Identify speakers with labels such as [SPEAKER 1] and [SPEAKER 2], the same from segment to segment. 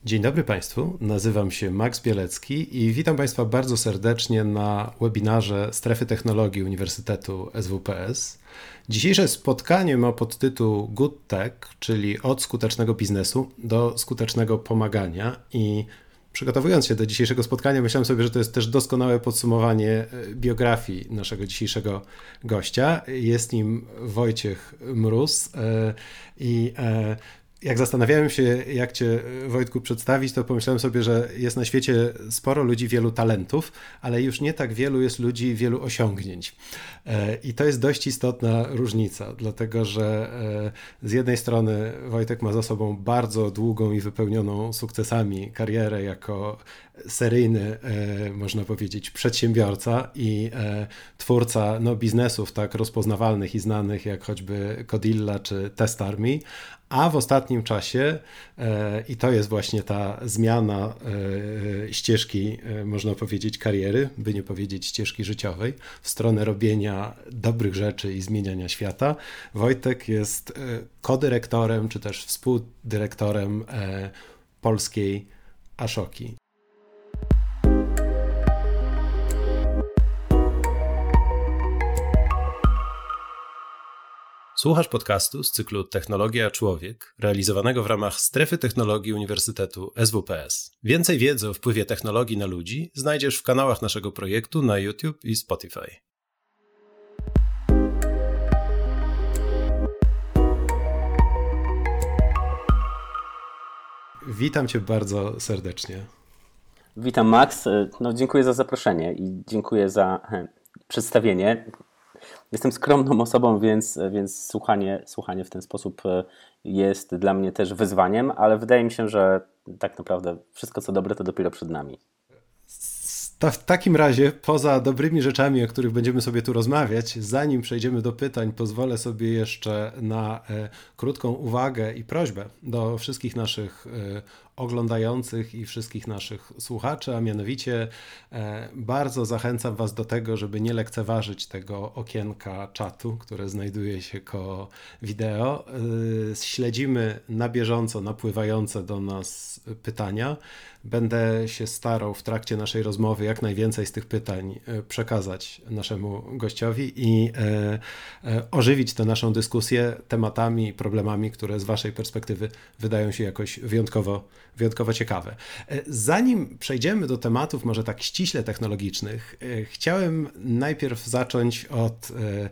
[SPEAKER 1] Dzień dobry Państwu, nazywam się Max Bielecki i witam Państwa bardzo serdecznie na webinarze Strefy Technologii Uniwersytetu SWPS. Dzisiejsze spotkanie ma podtytuł Good Tech, czyli od skutecznego biznesu do skutecznego pomagania i przygotowując się do dzisiejszego spotkania, myślałem sobie, że to jest też doskonałe podsumowanie biografii naszego dzisiejszego gościa. Jest nim Wojciech Mróz i jak zastanawiałem się, jak Cię, Wojtku, przedstawić, to pomyślałem sobie, że jest na świecie sporo ludzi, wielu talentów, ale już nie tak wielu jest ludzi, wielu osiągnięć. I to jest dość istotna różnica, dlatego że z jednej strony Wojtek ma za sobą bardzo długą i wypełnioną sukcesami karierę jako seryjny, można powiedzieć, przedsiębiorca i twórca biznesów tak rozpoznawalnych i znanych jak choćby Codilla czy TestArmy, a w ostatnim czasie, i to jest właśnie ta zmiana ścieżki, można powiedzieć, kariery, by nie powiedzieć ścieżki życiowej, w stronę robienia dobrych rzeczy i zmieniania świata, Wojtek jest kodyrektorem czy też współdyrektorem polskiej Ashoki. Słuchasz podcastu z cyklu Technologia Człowiek, realizowanego w ramach Strefy Technologii Uniwersytetu SWPS. Więcej wiedzy o wpływie technologii na ludzi znajdziesz w kanałach naszego projektu na YouTube i Spotify. Witam Cię bardzo serdecznie.
[SPEAKER 2] Witam, Max. Dziękuję za zaproszenie i dziękuję za przedstawienie. Jestem skromną osobą, więc słuchanie w ten sposób jest dla mnie też wyzwaniem, ale wydaje mi się, że tak naprawdę wszystko co dobre to dopiero przed nami.
[SPEAKER 1] W takim razie, poza dobrymi rzeczami, o których będziemy sobie tu rozmawiać, zanim przejdziemy do pytań, pozwolę sobie jeszcze na krótką uwagę i prośbę do wszystkich naszych oglądających i wszystkich naszych słuchaczy, a mianowicie bardzo zachęcam Was do tego, żeby nie lekceważyć tego okienka czatu, które znajduje się koło wideo. Śledzimy na bieżąco napływające do nas pytania. Będę się starał w trakcie naszej rozmowy jak najwięcej z tych pytań przekazać naszemu gościowi i ożywić tę naszą dyskusję tematami i problemami, które z Waszej perspektywy wydają się jakoś wyjątkowo ciekawe. Zanim przejdziemy do tematów może tak ściśle technologicznych, chciałem najpierw zacząć od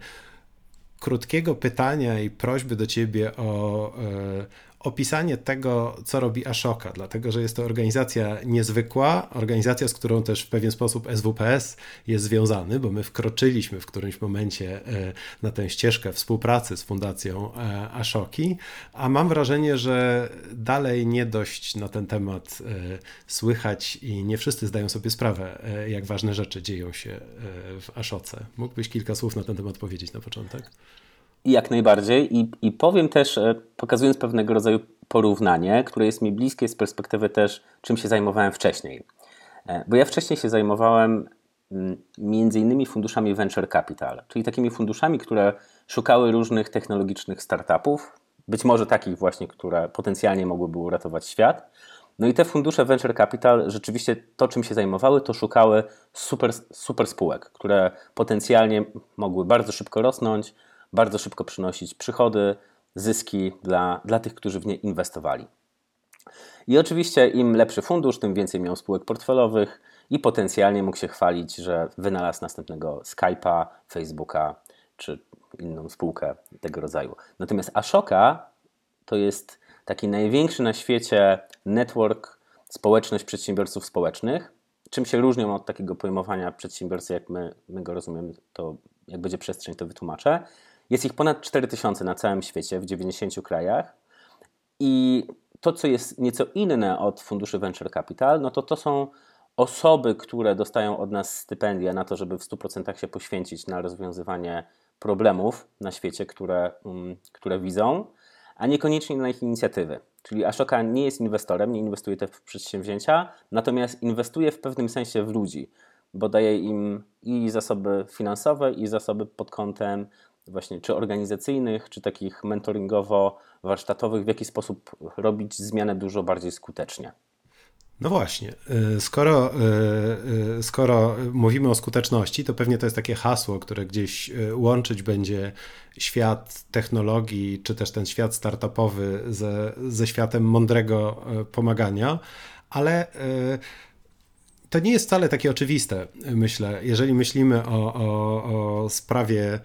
[SPEAKER 1] krótkiego pytania i prośby do Ciebie o opisanie tego, co robi Ashoka, dlatego że jest to organizacja niezwykła, organizacja, z którą też w pewien sposób SWPS jest związany, bo my wkroczyliśmy w którymś momencie na tę ścieżkę współpracy z Fundacją Ashoki, a mam wrażenie, że dalej nie dość na ten temat słychać i nie wszyscy zdają sobie sprawę, jak ważne rzeczy dzieją się w Ashoce. Mógłbyś kilka słów na ten temat powiedzieć na początek?
[SPEAKER 2] Jak najbardziej i powiem też, pokazując pewnego rodzaju porównanie, które jest mi bliskie z perspektywy też, czym się zajmowałem wcześniej. Bo ja wcześniej się zajmowałem między innymi funduszami venture capital, czyli takimi funduszami, które szukały różnych technologicznych startupów, być może takich właśnie, które potencjalnie mogłyby uratować świat. No i te fundusze venture capital rzeczywiście to, czym się zajmowały, to szukały super spółek, które potencjalnie mogły bardzo szybko rosnąć, bardzo szybko przynosić przychody, zyski dla tych, którzy w nie inwestowali. I oczywiście im lepszy fundusz, tym więcej miał spółek portfelowych i potencjalnie mógł się chwalić, że wynalazł następnego Skype'a, Facebooka czy inną spółkę tego rodzaju. Natomiast Ashoka to jest taki największy na świecie network, społeczność przedsiębiorców społecznych. Czym się różnią od takiego pojmowania przedsiębiorcy, jak my go rozumiemy, to jak będzie przestrzeń, to wytłumaczę. Jest ich ponad 4000 na całym świecie, w 90 krajach i to, co jest nieco inne od funduszy venture capital, no to są osoby, które dostają od nas stypendia na to, żeby w 100% się poświęcić na rozwiązywanie problemów na świecie, które widzą, a niekoniecznie na ich inicjatywy. Czyli Ashoka nie jest inwestorem, nie inwestuje też w przedsięwzięcia, natomiast inwestuje w pewnym sensie w ludzi, bo daje im i zasoby finansowe, i zasoby pod kątem właśnie czy organizacyjnych, czy takich mentoringowo-warsztatowych, w jaki sposób robić zmianę dużo bardziej skutecznie.
[SPEAKER 1] No właśnie, skoro mówimy o skuteczności, to pewnie to jest takie hasło, które gdzieś łączyć będzie świat technologii, czy też ten świat startupowy ze światem mądrego pomagania, ale to nie jest wcale takie oczywiste, myślę, jeżeli myślimy o sprawie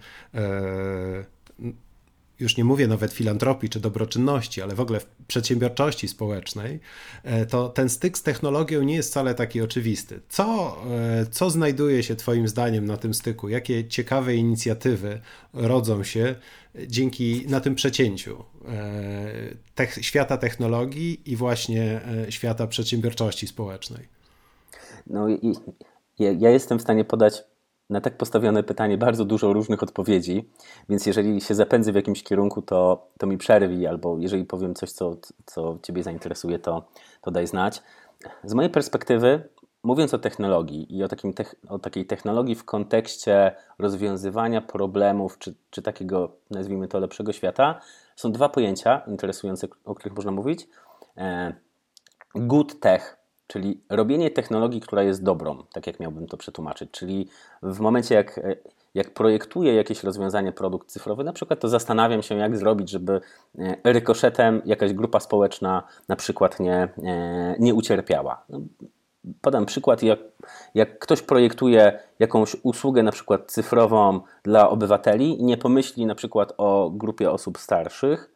[SPEAKER 1] już nie mówię nawet filantropii czy dobroczynności, ale w ogóle w przedsiębiorczości społecznej, to ten styk z technologią nie jest wcale taki oczywisty. Co znajduje się Twoim zdaniem na tym styku? Jakie ciekawe inicjatywy rodzą się na tym przecięciu świata technologii i właśnie świata przedsiębiorczości społecznej?
[SPEAKER 2] No i ja jestem w stanie podać na tak postawione pytanie bardzo dużo różnych odpowiedzi, więc jeżeli się zapędzę w jakimś kierunku, to mi przerwij, albo jeżeli powiem coś, co Ciebie zainteresuje, to daj znać. Z mojej perspektywy, mówiąc o technologii i o takiej technologii w kontekście rozwiązywania problemów, czy takiego, nazwijmy to, lepszego świata, są dwa pojęcia interesujące, o których można mówić. Good tech, czyli robienie technologii, która jest dobrą, tak jak miałbym to przetłumaczyć. Czyli w momencie, jak projektuję jakieś rozwiązanie, produkt cyfrowy, na przykład, to zastanawiam się, jak zrobić, żeby rykoszetem jakaś grupa społeczna na przykład nie ucierpiała. No, podam przykład, jak ktoś projektuje jakąś usługę na przykład cyfrową dla obywateli i nie pomyśli na przykład o grupie osób starszych,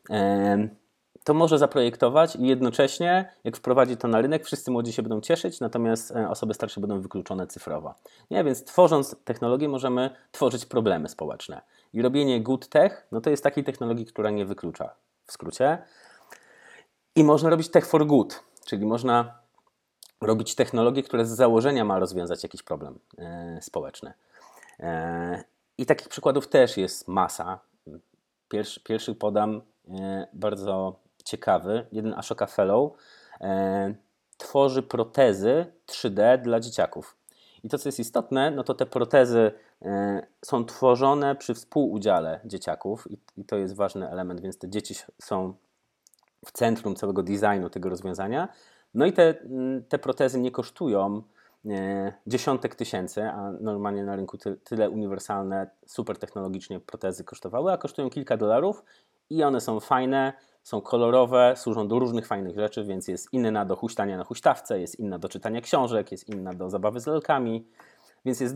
[SPEAKER 2] to może zaprojektować i jednocześnie, jak wprowadzi to na rynek, wszyscy młodzi się będą cieszyć, natomiast osoby starsze będą wykluczone cyfrowo. Nie? Więc tworząc technologię możemy tworzyć problemy społeczne. I robienie good tech, no to jest takiej technologii, która nie wyklucza, w skrócie. I można robić tech for good, czyli można robić technologię, która z założenia ma rozwiązać jakiś problem społeczny. I takich przykładów też jest masa. Pierwszy podam bardzo ciekawy. Jeden Ashoka Fellow tworzy protezy 3D dla dzieciaków. I to, co jest istotne, no to te protezy są tworzone przy współudziale dzieciaków i to jest ważny element, więc te dzieci są w centrum całego designu tego rozwiązania. No i te protezy nie kosztują dziesiątek tysięcy, a normalnie na rynku tyle uniwersalne, super technologicznie protezy kosztowały, a kosztują kilka dolarów i one są fajne, są kolorowe, służą do różnych fajnych rzeczy, więc jest inna do huśtania na huśtawce, jest inna do czytania książek, jest inna do zabawy z lalkami, więc jest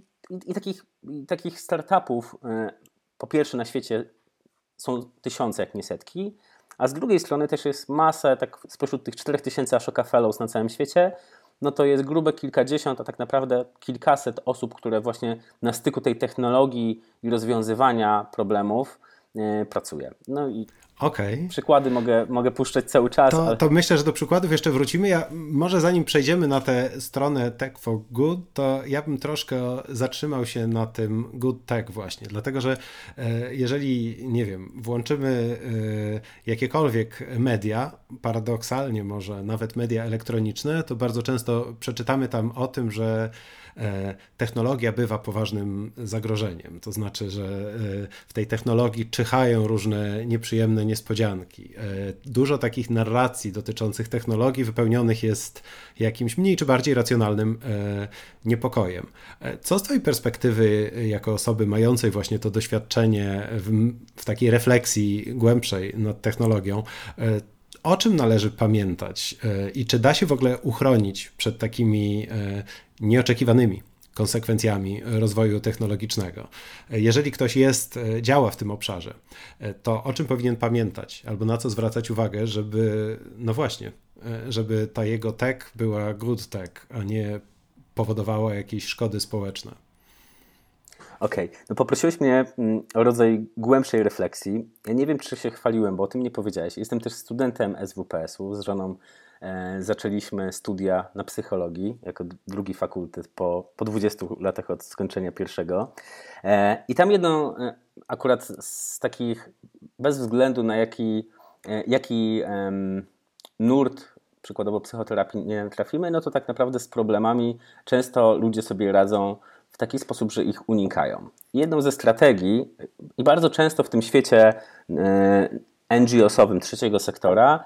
[SPEAKER 2] takich startupów po pierwsze na świecie są tysiące, jak nie setki, a z drugiej strony też jest masę, tak spośród tych 4000 Ashoka Fellows na całym świecie, no to jest grube kilkadziesiąt, a tak naprawdę kilkaset osób, które właśnie na styku tej technologii i rozwiązywania problemów pracuje. No i przykłady mogę puszczać cały czas.
[SPEAKER 1] To myślę, że do przykładów jeszcze wrócimy. Może zanim przejdziemy na tę stronę Tech for Good, to ja bym troszkę zatrzymał się na tym Good Tech właśnie, dlatego że jeżeli, nie wiem, włączymy jakiekolwiek media, paradoksalnie może nawet media elektroniczne, to bardzo często przeczytamy tam o tym, że technologia bywa poważnym zagrożeniem. To znaczy, że w tej technologii czyhają różne nieprzyjemne niespodzianki. Dużo takich narracji dotyczących technologii wypełnionych jest jakimś mniej czy bardziej racjonalnym niepokojem. Co z twojej perspektywy jako osoby mającej właśnie to doświadczenie w takiej refleksji głębszej nad technologią, o czym należy pamiętać i czy da się w ogóle uchronić przed takimi nieoczekiwanymi konsekwencjami rozwoju technologicznego? Jeżeli ktoś działa w tym obszarze, to o czym powinien pamiętać albo na co zwracać uwagę, żeby ta jego tech była good tech, a nie powodowała jakieś szkody społeczne?
[SPEAKER 2] Okej, no poprosiłeś mnie o rodzaj głębszej refleksji. Ja nie wiem, czy się chwaliłem, bo o tym nie powiedziałeś. Jestem też studentem SWPS-u. Z żoną zaczęliśmy studia na psychologii jako drugi fakultet po 20 latach od skończenia pierwszego. I tam jedną akurat z takich, bez względu na jaki nurt przykładowo psychoterapii nie trafimy, no to tak naprawdę z problemami często ludzie sobie radzą w taki sposób, że ich unikają. Jedną ze strategii i bardzo często w tym świecie NGO-sowym trzeciego sektora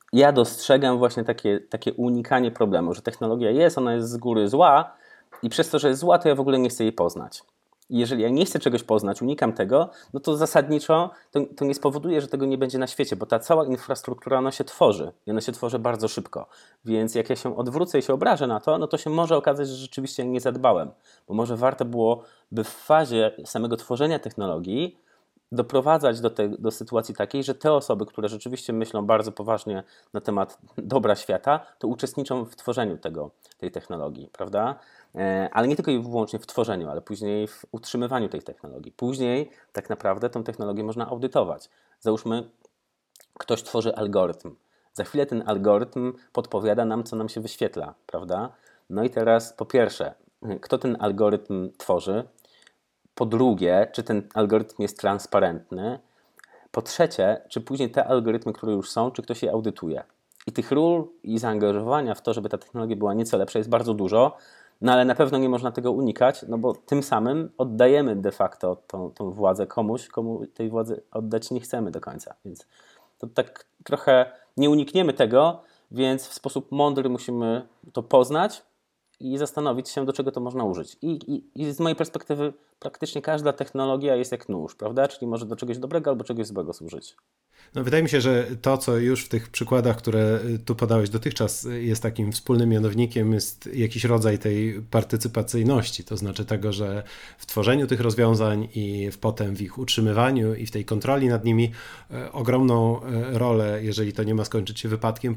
[SPEAKER 2] ja dostrzegam właśnie takie unikanie problemu, że technologia jest, ona jest z góry zła i przez to, że jest zła, to ja w ogóle nie chcę jej poznać. I jeżeli ja nie chcę czegoś poznać, unikam tego, no to zasadniczo to nie spowoduje, że tego nie będzie na świecie, bo ta cała infrastruktura, ona się tworzy i ona się tworzy bardzo szybko. Więc jak ja się odwrócę i się obrażę na to, no to się może okazać, że rzeczywiście nie zadbałem, bo może warto byłoby w fazie samego tworzenia technologii doprowadzać do sytuacji takiej, że te osoby, które rzeczywiście myślą bardzo poważnie na temat dobra świata, to uczestniczą w tworzeniu tej technologii, prawda? Ale nie tylko i wyłącznie w tworzeniu, ale później w utrzymywaniu tej technologii. Później tak naprawdę tę technologię można audytować. Załóżmy, ktoś tworzy algorytm. Za chwilę ten algorytm podpowiada nam, co nam się wyświetla, prawda? No i teraz po pierwsze, kto ten algorytm tworzy? Po drugie, czy ten algorytm jest transparentny? Po trzecie, czy później te algorytmy, które już są, czy ktoś je audytuje? I tych ról i zaangażowania w to, żeby ta technologia była nieco lepsza, jest bardzo dużo, no ale na pewno nie można tego unikać, no bo tym samym oddajemy de facto tą władzę komuś, komu tej władzy oddać nie chcemy do końca. Więc to tak trochę nie unikniemy tego, więc w sposób mądry musimy to poznać i zastanowić się, do czego to można użyć. I z mojej perspektywy praktycznie każda technologia jest jak nóż, prawda? Czyli może do czegoś dobrego albo czegoś złego służyć.
[SPEAKER 1] No, wydaje mi się, że to, co już w tych przykładach, które tu podałeś dotychczas, jest takim wspólnym mianownikiem, jest jakiś rodzaj tej partycypacyjności, to znaczy tego, że w tworzeniu tych rozwiązań i potem w ich utrzymywaniu i w tej kontroli nad nimi ogromną rolę, jeżeli to nie ma skończyć się wypadkiem,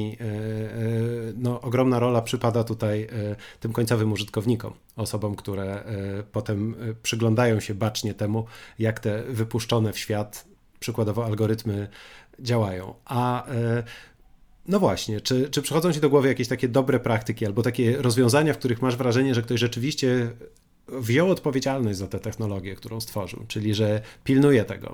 [SPEAKER 1] ogromna rola przypada tutaj tym końcowym użytkownikom, osobom, które potem przyglądają się bacznie temu, jak te wypuszczone w świat przykładowo algorytmy działają. No właśnie, czy przychodzą ci do głowy jakieś takie dobre praktyki albo takie rozwiązania, w których masz wrażenie, że ktoś rzeczywiście wziął odpowiedzialność za tę technologię, którą stworzył, czyli że pilnuje tego,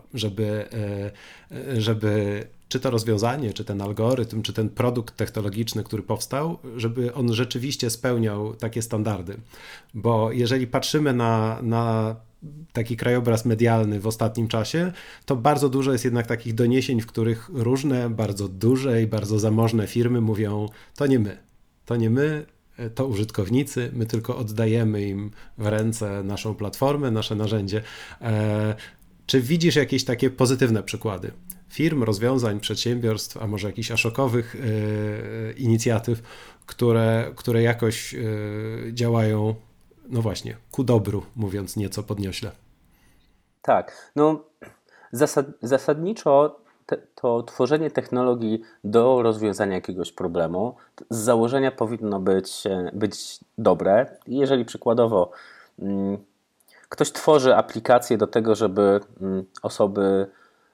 [SPEAKER 1] żeby czy to rozwiązanie, czy ten algorytm, czy ten produkt technologiczny, który powstał, żeby on rzeczywiście spełniał takie standardy. Bo jeżeli patrzymy na taki krajobraz medialny w ostatnim czasie, to bardzo dużo jest jednak takich doniesień, w których różne, bardzo duże i bardzo zamożne firmy mówią, to nie my, to użytkownicy, my tylko oddajemy im w ręce naszą platformę, nasze narzędzie. Czy widzisz jakieś takie pozytywne przykłady firm, rozwiązań, przedsiębiorstw, a może jakichś aszokowych inicjatyw, które jakoś działają, no właśnie, ku dobru, mówiąc nieco podniośle?
[SPEAKER 2] Tak, no zasadniczo to tworzenie technologii do rozwiązania jakiegoś problemu z założenia powinno być dobre. Jeżeli przykładowo ktoś tworzy aplikację do tego, żeby osoby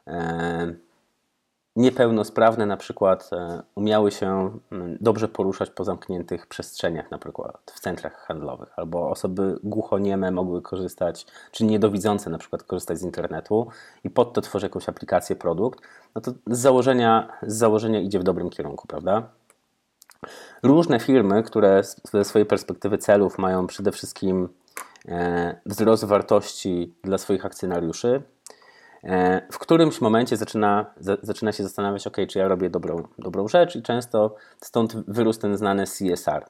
[SPEAKER 2] niepełnosprawne na przykład umiały się dobrze poruszać po zamkniętych przestrzeniach, na przykład w centrach handlowych, albo osoby głuchonieme mogły korzystać, czy niedowidzące na przykład korzystać z internetu i pod to tworzy jakąś aplikację, produkt, no to z założenia idzie w dobrym kierunku, prawda? Różne firmy, które ze swojej perspektywy celów mają przede wszystkim wzrost wartości dla swoich akcjonariuszy, w którymś momencie zaczyna się zastanawiać, czy ja robię dobrą rzecz, i często stąd wyrósł ten znany CSR,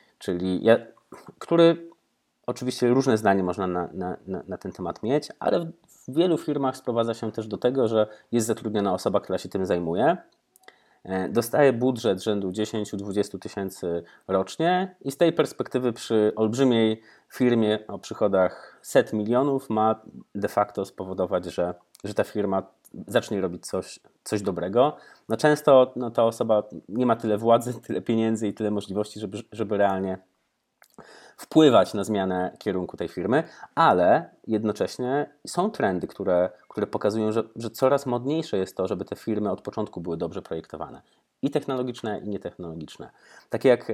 [SPEAKER 2] który oczywiście różne zdanie można na ten temat mieć, ale w wielu firmach sprowadza się też do tego, że jest zatrudniona osoba, która się tym zajmuje, dostaje budżet rzędu 10-20 tysięcy rocznie i z tej perspektywy przy olbrzymiej firmie o przychodach set milionów ma de facto spowodować, że ta firma zacznie robić coś dobrego. No często ta osoba nie ma tyle władzy, tyle pieniędzy i tyle możliwości, żeby realnie wpływać na zmianę kierunku tej firmy, ale jednocześnie są trendy, które pokazują, że coraz modniejsze jest to, żeby te firmy od początku były dobrze projektowane. I technologiczne, i nietechnologiczne. Takie jak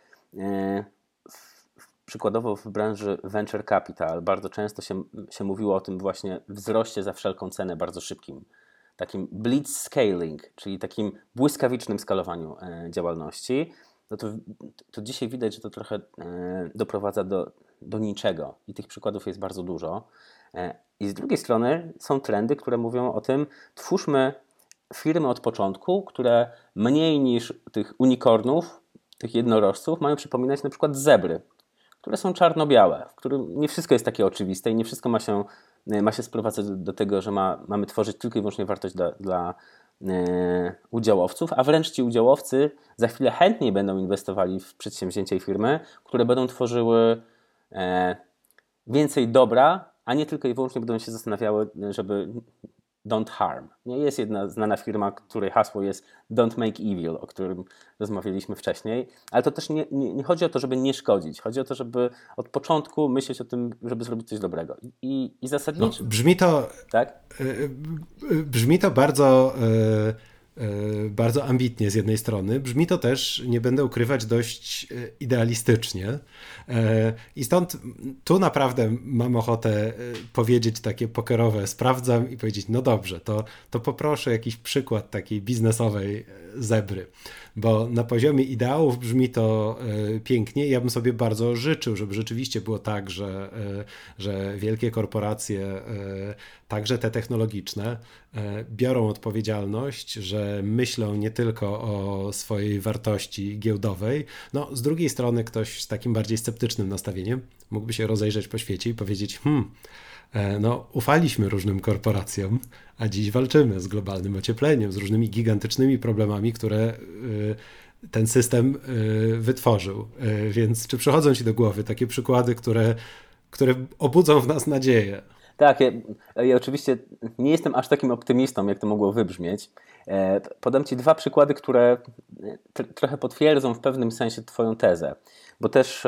[SPEAKER 2] przykładowo w branży venture capital bardzo często się mówiło o tym właśnie wzroście za wszelką cenę bardzo szybkim. Takim blitz scaling, czyli takim błyskawicznym skalowaniu działalności. No to dzisiaj widać, że to trochę doprowadza do niczego i tych przykładów jest bardzo dużo. I z drugiej strony są trendy, które mówią o tym, twórzmy firmy od początku, które mniej niż tych unicornów, tych jednorożców mają przypominać na przykład zebry, które są czarno-białe, w którym nie wszystko jest takie oczywiste i nie wszystko ma się sprowadzać do tego, że mamy tworzyć tylko i wyłącznie wartość dla udziałowców, a wręcz ci udziałowcy za chwilę chętniej będą inwestowali w przedsięwzięcia i firmy, które będą tworzyły więcej dobra, a nie tylko i wyłącznie będą się zastanawiały, żeby don't harm. Nie jest jedna znana firma, której hasło jest don't make evil, o którym rozmawialiśmy wcześniej, ale to też nie chodzi o to, żeby nie szkodzić. Chodzi o to, żeby od początku myśleć o tym, żeby zrobić coś dobrego. I zasadniczo...
[SPEAKER 1] No,
[SPEAKER 2] Tak?
[SPEAKER 1] brzmi to bardzo, bardzo ambitnie z jednej strony. Brzmi to też, nie będę ukrywać, dość idealistycznie. I stąd tu naprawdę mam ochotę powiedzieć takie pokerowe, sprawdzam i powiedzieć, no dobrze, to poproszę jakiś przykład takiej biznesowej zebry. Bo na poziomie ideałów brzmi to pięknie. Ja bym sobie bardzo życzył, żeby rzeczywiście było tak, że wielkie korporacje, także te technologiczne, biorą odpowiedzialność, że myślą nie tylko o swojej wartości giełdowej. No, z drugiej strony ktoś z takim bardziej sceptycznym nastawieniem mógłby się rozejrzeć po świecie i powiedzieć, no, ufaliśmy różnym korporacjom, a dziś walczymy z globalnym ociepleniem, z różnymi gigantycznymi problemami, które ten system wytworzył. Więc czy przychodzą ci do głowy takie przykłady, które obudzą w nas nadzieję?
[SPEAKER 2] Tak, ja oczywiście nie jestem aż takim optymistą, jak to mogło wybrzmieć. Podam Ci dwa przykłady, które trochę potwierdzą w pewnym sensie Twoją tezę, bo też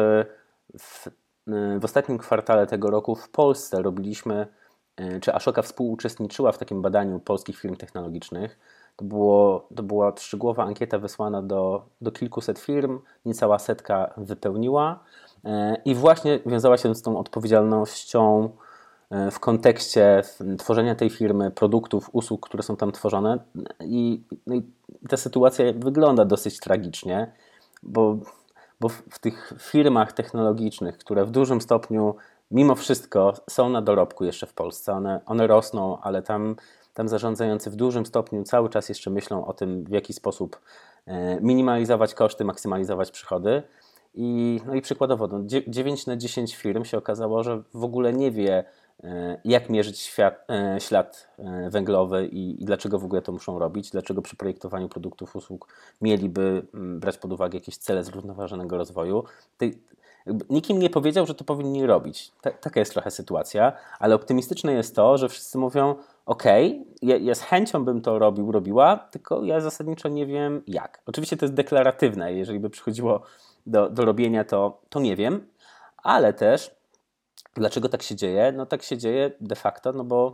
[SPEAKER 2] w ostatnim kwartale tego roku w Polsce robiliśmy, czy Ashoka współuczestniczyła w takim badaniu polskich firm technologicznych. To była szczegółowa ankieta wysłana do kilkuset firm, niecała setka wypełniła i właśnie wiązała się z tą odpowiedzialnością w kontekście tworzenia tej firmy, produktów, usług, które są tam tworzone. I ta sytuacja wygląda dosyć tragicznie, bo w tych firmach technologicznych, które w dużym stopniu mimo wszystko są na dorobku jeszcze w Polsce, one rosną, ale tam zarządzający w dużym stopniu cały czas jeszcze myślą o tym, w jaki sposób minimalizować koszty, maksymalizować przychody. No i przykładowo 9 na 10 firm się okazało, że w ogóle nie wie, jak mierzyć ślad węglowy i dlaczego w ogóle to muszą robić, dlaczego przy projektowaniu produktów, usług mieliby brać pod uwagę jakieś cele zrównoważonego rozwoju. Nikim nie powiedział, że to powinni robić. Taka jest trochę sytuacja, ale optymistyczne jest to, że wszyscy mówią, ja z chęcią bym to robiła, tylko ja zasadniczo nie wiem jak. Oczywiście to jest deklaratywne, jeżeli by przychodziło do robienia, to nie wiem, ale też dlaczego tak się dzieje? No tak się dzieje de facto,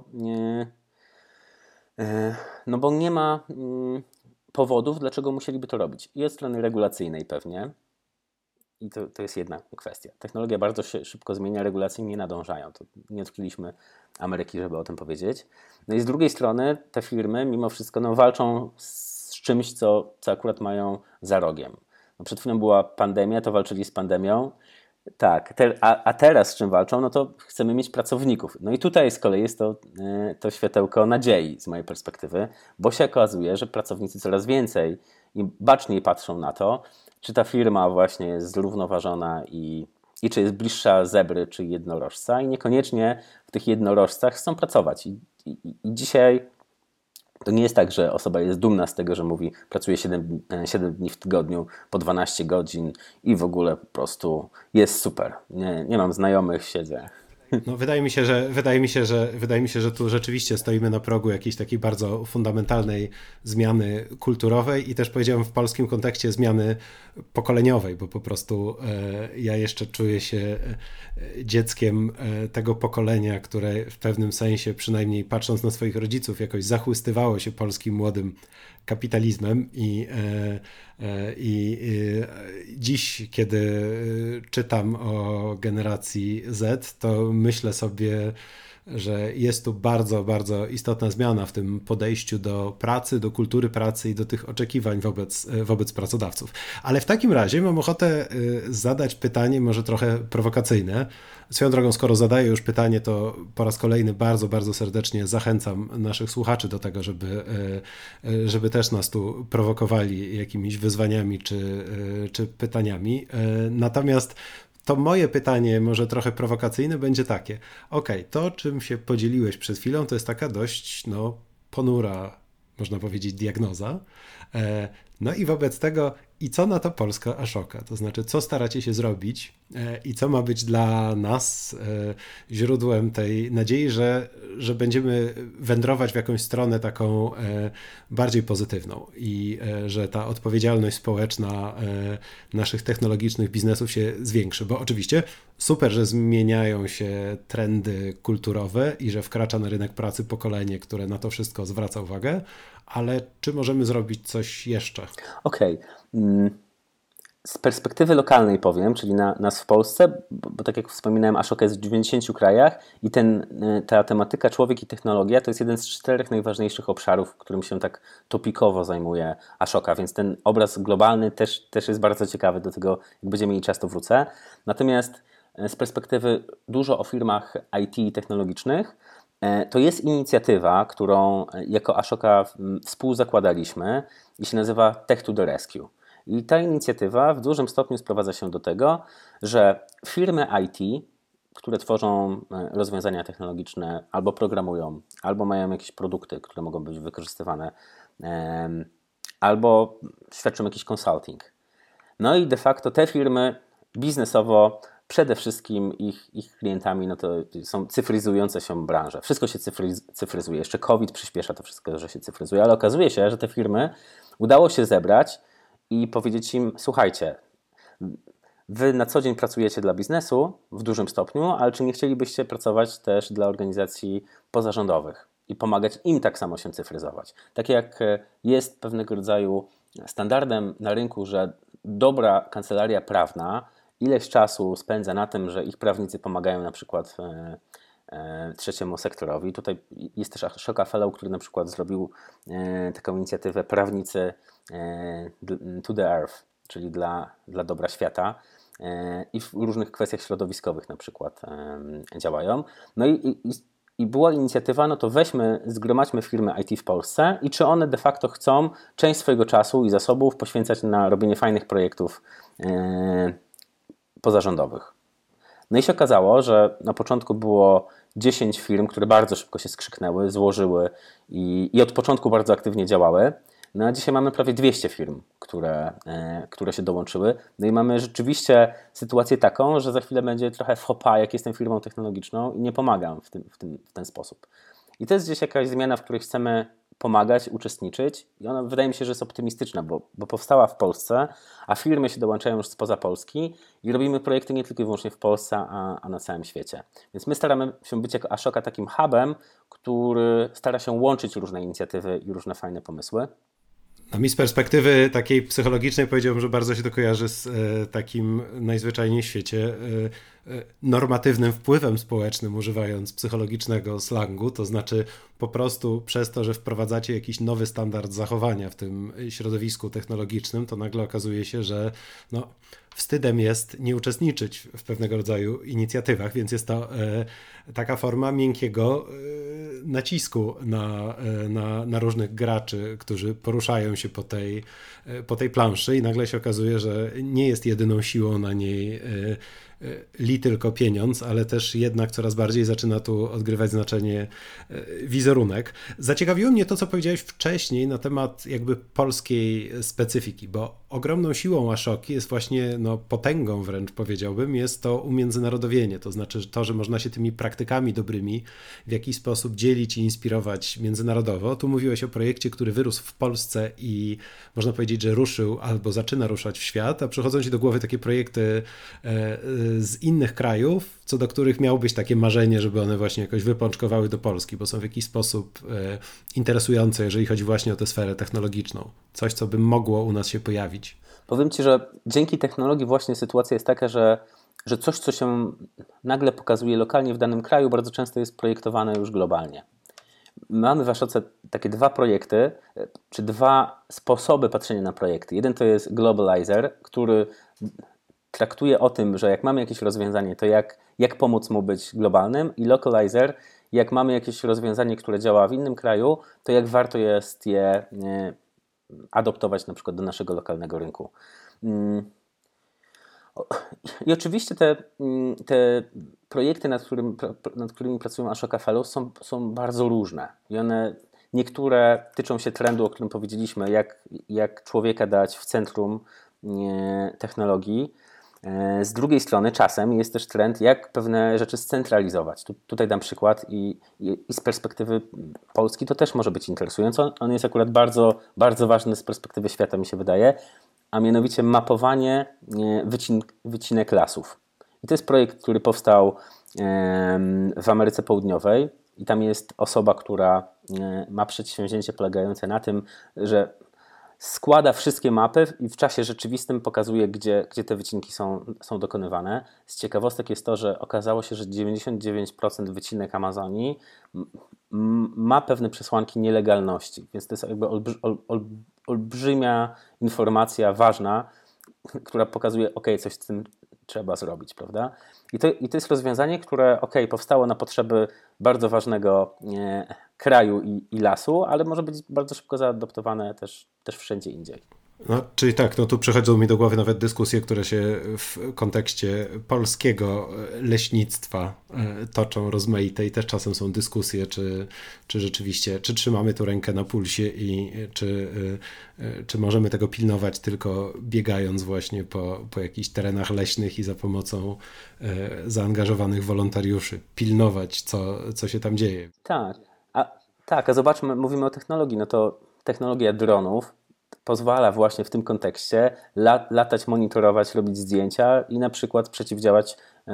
[SPEAKER 2] no bo nie ma powodów, dlaczego musieliby to robić. I od strony regulacyjnej pewnie. I to jest jedna kwestia. Technologia bardzo się szybko zmienia, regulacje nie nadążają. To nie odkryliśmy Ameryki, żeby o tym powiedzieć. No i z drugiej strony te firmy mimo wszystko walczą z czymś, co akurat mają za rogiem. No przed chwilą była pandemia, to walczyli z pandemią. Tak, a teraz z czym walczą? No to chcemy mieć pracowników. No i tutaj z kolei jest to światełko nadziei z mojej perspektywy, bo się okazuje, że pracownicy coraz więcej i baczniej patrzą na to, czy ta firma właśnie jest zrównoważona i czy jest bliższa zebry czy jednorożca i niekoniecznie w tych jednorożcach chcą pracować. I dzisiaj to nie jest tak, że osoba jest dumna z tego, że mówi, pracuje 7 dni w tygodniu po 12 godzin i w ogóle po prostu jest super. Nie mam znajomych, siedzę.
[SPEAKER 1] No, wydaje mi się, że tu rzeczywiście stoimy na progu jakiejś takiej bardzo fundamentalnej zmiany kulturowej i też powiedziałem w polskim kontekście zmiany pokoleniowej, bo po prostu ja jeszcze czuję się dzieckiem tego pokolenia, które w pewnym sensie, przynajmniej patrząc na swoich rodziców, jakoś zachłystywało się polskim młodym kapitalizmem i dziś, kiedy czytam o generacji Z, to myślę sobie, że jest tu bardzo, bardzo istotna zmiana w tym podejściu do pracy, do kultury pracy i do tych oczekiwań wobec pracodawców. Ale w takim razie mam ochotę zadać pytanie może trochę prowokacyjne. Swoją drogą, skoro zadaję już pytanie, to po raz kolejny bardzo, bardzo serdecznie zachęcam naszych słuchaczy do tego, żeby też nas tu prowokowali jakimiś wyzwaniami czy pytaniami. Natomiast to moje pytanie, może trochę prowokacyjne, będzie takie. Okej, to czym się podzieliłeś przed chwilą, to jest taka dość ponura, można powiedzieć, diagnoza. No i wobec tego, i co na to polska Ashoka? To znaczy, co staracie się zrobić i co ma być dla nas źródłem tej nadziei, że będziemy wędrować w jakąś stronę taką bardziej pozytywną i że ta odpowiedzialność społeczna naszych technologicznych biznesów się zwiększy, bo oczywiście super, że zmieniają się trendy kulturowe i że wkracza na rynek pracy pokolenie, które na to wszystko zwraca uwagę, ale czy możemy zrobić coś jeszcze?
[SPEAKER 2] Okej. Z perspektywy lokalnej powiem, czyli nas w Polsce, bo tak jak wspominałem, Ashoka jest w 90 krajach i ta tematyka człowiek i technologia to jest jeden z 4 najważniejszych obszarów, którym się tak topikowo zajmuje Ashoka, więc ten obraz globalny też jest bardzo ciekawy, do tego jak będziemy mieli czas, to wrócę. Natomiast z perspektywy dużo o firmach IT technologicznych, to jest inicjatywa, którą jako Ashoka współzakładaliśmy i się nazywa Tech to the Rescue. I ta inicjatywa w dużym stopniu sprowadza się do tego, że firmy IT, które tworzą rozwiązania technologiczne, albo programują, albo mają jakieś produkty, które mogą być wykorzystywane, albo świadczą jakiś consulting. No i de facto te firmy biznesowo przede wszystkim ich klientami to są cyfryzujące się branże. Wszystko się cyfryzuje. Jeszcze COVID przyspiesza to wszystko, że się cyfryzuje, ale okazuje się, że te firmy udało się zebrać i powiedzieć im, słuchajcie, wy na co dzień pracujecie dla biznesu w dużym stopniu, ale czy nie chcielibyście pracować też dla organizacji pozarządowych i pomagać im tak samo się cyfryzować? Tak jak jest pewnego rodzaju standardem na rynku, że dobra kancelaria prawna ileś czasu spędza na tym, że ich prawnicy pomagają na przykład trzeciemu sektorowi. Tutaj jest też Ashoka Fellow, który na przykład zrobił taką inicjatywę Prawnicy to the Earth, czyli dla dobra świata i w różnych kwestiach środowiskowych na przykład działają. No i była inicjatywa, no to zgromadźmy firmy IT w Polsce i czy one de facto chcą część swojego czasu i zasobów poświęcać na robienie fajnych projektów pozarządowych. No i się okazało, że na początku było 10 firm, które bardzo szybko się skrzyknęły, złożyły i od początku bardzo aktywnie działały. No a dzisiaj mamy prawie 200 firm, które się dołączyły. No i mamy rzeczywiście sytuację taką, że za chwilę będzie trochę faux pas, jak jestem firmą technologiczną i nie pomagam w ten sposób. I to jest gdzieś jakaś zmiana, w której chcemy pomagać, uczestniczyć i ona wydaje mi się, że jest optymistyczna, bo powstała w Polsce, a firmy się dołączają już spoza Polski i robimy projekty nie tylko i wyłącznie w Polsce, a na całym świecie. Więc my staramy się być jako Ashoka takim hubem, który stara się łączyć różne inicjatywy i różne fajne pomysły.
[SPEAKER 1] A mi z perspektywy takiej psychologicznej powiedziałbym, że bardzo się to kojarzy z takim najzwyczajniej w świecie normatywnym wpływem społecznym, używając psychologicznego slangu, to znaczy po prostu przez to, że wprowadzacie jakiś nowy standard zachowania w tym środowisku technologicznym, to nagle okazuje się, że wstydem jest nie uczestniczyć w pewnego rodzaju inicjatywach, więc jest to taka forma miękkiego nacisku na różnych graczy, którzy poruszają się po tej planszy i nagle się okazuje, że nie jest jedyną siłą na niej tylko pieniądz, ale też jednak coraz bardziej zaczyna tu odgrywać znaczenie wizerunek. Zaciekawiło mnie to, co powiedziałeś wcześniej na temat jakby polskiej specyfiki, bo ogromną siłą Ashoki jest właśnie, potęgą wręcz powiedziałbym, jest to umiędzynarodowienie, to znaczy to, że można się tymi praktykami dobrymi w jakiś sposób dzielić i inspirować międzynarodowo. Tu mówiłeś o projekcie, który wyrósł w Polsce i można powiedzieć, że ruszył albo zaczyna ruszać w świat, a przychodzą ci do głowy takie projekty z innych krajów, co do których miałbyś takie marzenie, żeby one właśnie jakoś wypączkowały do Polski, bo są w jakiś sposób interesujące, jeżeli chodzi właśnie o tę sferę technologiczną. Coś, co by mogło u nas się pojawić.
[SPEAKER 2] Powiem Ci, że dzięki technologii właśnie sytuacja jest taka, że że coś, co się nagle pokazuje lokalnie w danym kraju, bardzo często jest projektowane już globalnie. Mamy w Ashoce takie dwa projekty, czy dwa sposoby patrzenia na projekty. Jeden to jest Globalizer, który traktuje o tym, że jak mamy jakieś rozwiązanie, to jak pomóc mu być globalnym, i Localizer, jak mamy jakieś rozwiązanie, które działa w innym kraju, to jak warto jest je adoptować na przykład do naszego lokalnego rynku. I oczywiście te projekty, nad którymi pracują Ashoka Fellows, są bardzo różne. I one, niektóre tyczą się trendu, o którym powiedzieliśmy, jak człowieka dać w centrum technologii. Z drugiej strony czasem jest też trend, jak pewne rzeczy scentralizować. Tutaj dam przykład i z perspektywy Polski to też może być interesujące. On jest akurat bardzo, bardzo ważny z perspektywy świata, mi się wydaje, a mianowicie mapowanie wycinek lasów. I to jest projekt, który powstał w Ameryce Południowej i tam jest osoba, która ma przedsięwzięcie polegające na tym, że składa wszystkie mapy i w czasie rzeczywistym pokazuje, gdzie te wycinki są dokonywane. Z ciekawostek jest to, że okazało się, że 99% wycinek Amazonii ma pewne przesłanki nielegalności, więc to jest jakby olbrzymia informacja ważna, która pokazuje, coś z tym trzeba zrobić, prawda? I to jest rozwiązanie, które powstało na potrzeby bardzo ważnego kraju i lasu, ale może być bardzo szybko zaadoptowane też wszędzie indziej.
[SPEAKER 1] No, czyli tak, no tu przychodzą mi do głowy nawet dyskusje, które się w kontekście polskiego leśnictwa toczą rozmaite i też czasem są dyskusje, czy rzeczywiście, czy trzymamy tu rękę na pulsie i czy możemy tego pilnować tylko biegając właśnie po jakichś terenach leśnych i za pomocą zaangażowanych wolontariuszy pilnować, co się tam dzieje.
[SPEAKER 2] Tak, a zobaczmy, mówimy o technologii, no to technologia dronów pozwala właśnie w tym kontekście latać, monitorować, robić zdjęcia i na przykład przeciwdziałać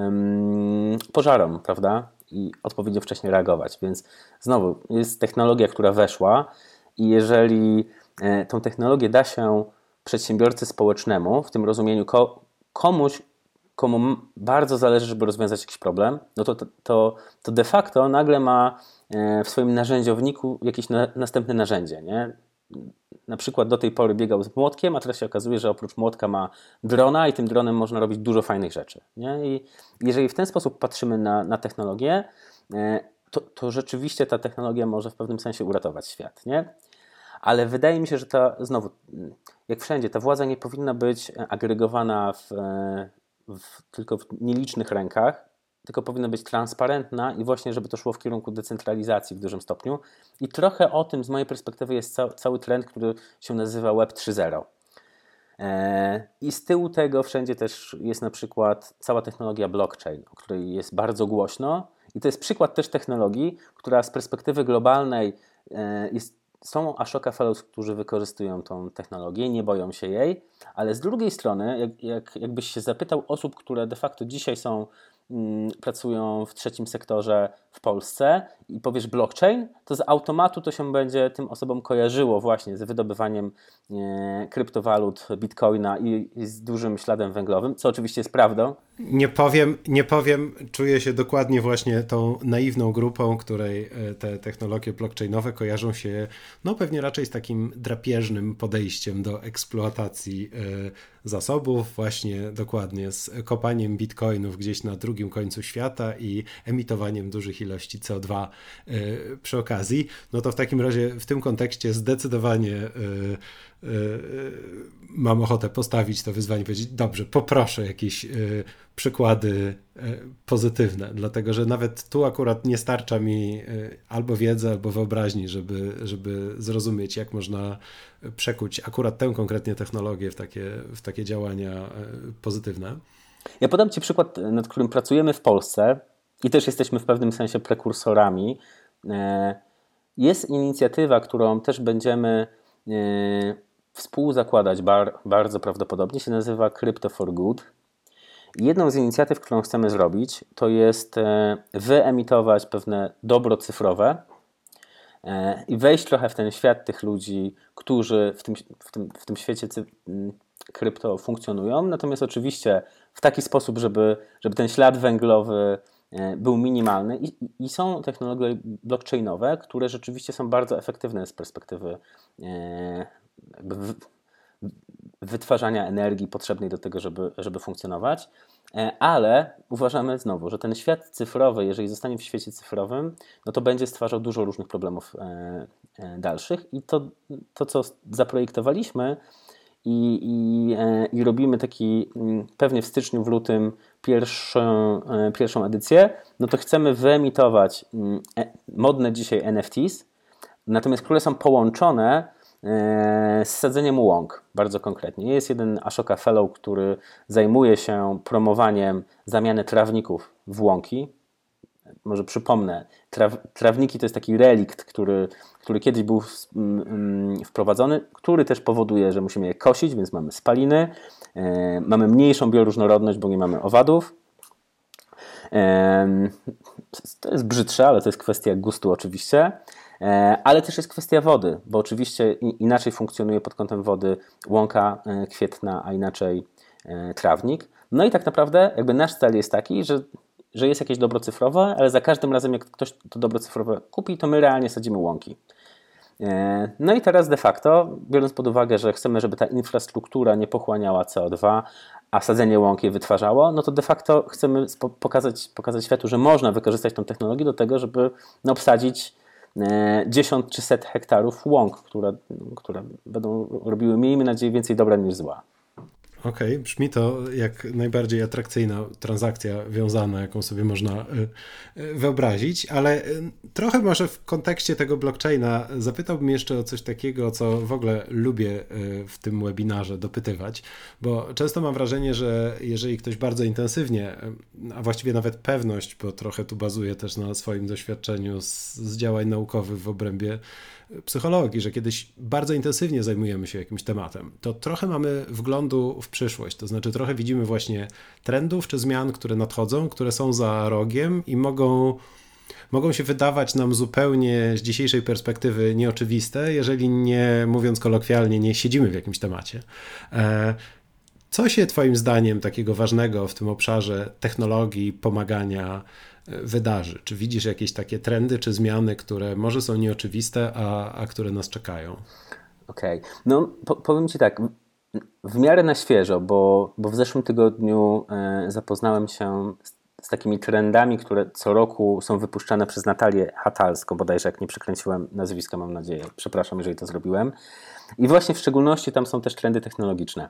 [SPEAKER 2] pożarom, prawda? I odpowiednio wcześnie reagować. Więc znowu jest technologia, która weszła i jeżeli tą technologię da się przedsiębiorcy społecznemu, w tym rozumieniu komuś, komu bardzo zależy, żeby rozwiązać jakiś problem, no to de facto nagle ma w swoim narzędziowniku jakieś następne narzędzie, nie? Na przykład do tej pory biegał z młotkiem, a teraz się okazuje, że oprócz młotka ma drona i tym dronem można robić dużo fajnych rzeczy. Nie? I jeżeli w ten sposób patrzymy na technologię, to rzeczywiście ta technologia może w pewnym sensie uratować świat. Nie? Ale wydaje mi się, że znowu, jak wszędzie, ta władza nie powinna być agregowana tylko w nielicznych rękach, tylko powinna być transparentna i właśnie, żeby to szło w kierunku decentralizacji w dużym stopniu. I trochę o tym z mojej perspektywy jest cały trend, który się nazywa Web 3.0. I z tyłu tego wszędzie też jest na przykład cała technologia blockchain, o której jest bardzo głośno. I to jest przykład też technologii, która z perspektywy globalnej są Ashoka Fellows, którzy wykorzystują tą technologię, nie boją się jej, ale z drugiej strony, jakbyś się zapytał osób, które de facto dzisiaj pracują w trzecim sektorze w Polsce i powiesz blockchain, to z automatu to się będzie tym osobom kojarzyło właśnie z wydobywaniem kryptowalut, bitcoina i z dużym śladem węglowym, co oczywiście jest prawdą.
[SPEAKER 1] Nie powiem, czuję się dokładnie właśnie tą naiwną grupą, której te technologie blockchainowe kojarzą się pewnie raczej z takim drapieżnym podejściem do eksploatacji zasobów, właśnie dokładnie z kopaniem bitcoinów gdzieś na drugim końcu świata i emitowaniem dużych ilości CO2 przy okazji. No to w takim razie w tym kontekście zdecydowanie mam ochotę postawić to wyzwanie i powiedzieć, dobrze, poproszę jakieś przykłady pozytywne, dlatego że nawet tu akurat nie starcza mi albo wiedzy, albo wyobraźni, żeby zrozumieć, jak można przekuć akurat tę konkretnie technologię w takie działania pozytywne.
[SPEAKER 2] Ja podam Ci przykład, nad którym pracujemy w Polsce i też jesteśmy w pewnym sensie prekursorami. Jest inicjatywa, którą też będziemy współzakładać bardzo prawdopodobnie, się nazywa Crypto for Good. Jedną z inicjatyw, którą chcemy zrobić, to jest wyemitować pewne dobro cyfrowe i wejść trochę w ten świat tych ludzi, którzy w tym świecie krypto funkcjonują, natomiast oczywiście w taki sposób, żeby ten ślad węglowy był minimalny i są technologie blockchainowe, które rzeczywiście są bardzo efektywne z perspektywy jakby wytwarzania energii potrzebnej do tego, żeby funkcjonować, ale uważamy znowu, że ten świat cyfrowy, jeżeli zostanie w świecie cyfrowym, no to będzie stwarzał dużo różnych problemów dalszych i to co zaprojektowaliśmy i robimy taki pewnie w styczniu, w lutym pierwszą edycję, no to chcemy wyemitować modne dzisiaj NFTs, natomiast które są połączone z sadzeniem łąk, bardzo konkretnie. Jest jeden Ashoka Fellow, który zajmuje się promowaniem zamiany trawników w łąki. Może przypomnę, trawniki to jest taki relikt, który kiedyś był wprowadzony, który też powoduje, że musimy je kosić, więc mamy spaliny, mamy mniejszą bioróżnorodność, bo nie mamy owadów. To jest brzydsze, ale to jest kwestia gustu oczywiście. Ale też jest kwestia wody, bo oczywiście inaczej funkcjonuje pod kątem wody łąka kwietna, a inaczej trawnik. No i tak naprawdę jakby nasz cel jest taki, że jest jakieś dobro cyfrowe, ale za każdym razem jak ktoś to dobro cyfrowe kupi, to my realnie sadzimy łąki. No i teraz de facto, biorąc pod uwagę, że chcemy, żeby ta infrastruktura nie pochłaniała CO2, a sadzenie łąk je wytwarzało, no to de facto chcemy pokazać światu, że można wykorzystać tą technologię do tego, żeby obsadzić 10 czy set hektarów łąk, które będą robiły, miejmy nadzieję, więcej dobra niż zła.
[SPEAKER 1] Okej, brzmi to jak najbardziej atrakcyjna transakcja wiązana, jaką sobie można wyobrazić, ale trochę może w kontekście tego blockchaina zapytałbym jeszcze o coś takiego, co w ogóle lubię w tym webinarze dopytywać, bo często mam wrażenie, że jeżeli ktoś bardzo intensywnie, a właściwie nawet pewność, bo trochę tu bazuję też na swoim doświadczeniu z działań naukowych w obrębie psychologii, że kiedyś bardzo intensywnie zajmujemy się jakimś tematem, to trochę mamy wglądu w przyszłość, to znaczy trochę widzimy właśnie trendów czy zmian, które nadchodzą, które są za rogiem i mogą się wydawać nam zupełnie z dzisiejszej perspektywy nieoczywiste, jeżeli nie, mówiąc kolokwialnie, nie siedzimy w jakimś temacie. Co się twoim zdaniem takiego ważnego w tym obszarze technologii, pomagania wydarzy? Czy widzisz jakieś takie trendy czy zmiany, które może są nieoczywiste, a które nas czekają?
[SPEAKER 2] Okej. No powiem Ci tak, w miarę na świeżo, bo w zeszłym tygodniu zapoznałem się z takimi trendami, które co roku są wypuszczane przez Natalię Hatalską, bodajże jak nie przekręciłem nazwiska, mam nadzieję. Przepraszam, jeżeli to zrobiłem. I właśnie w szczególności tam są też trendy technologiczne.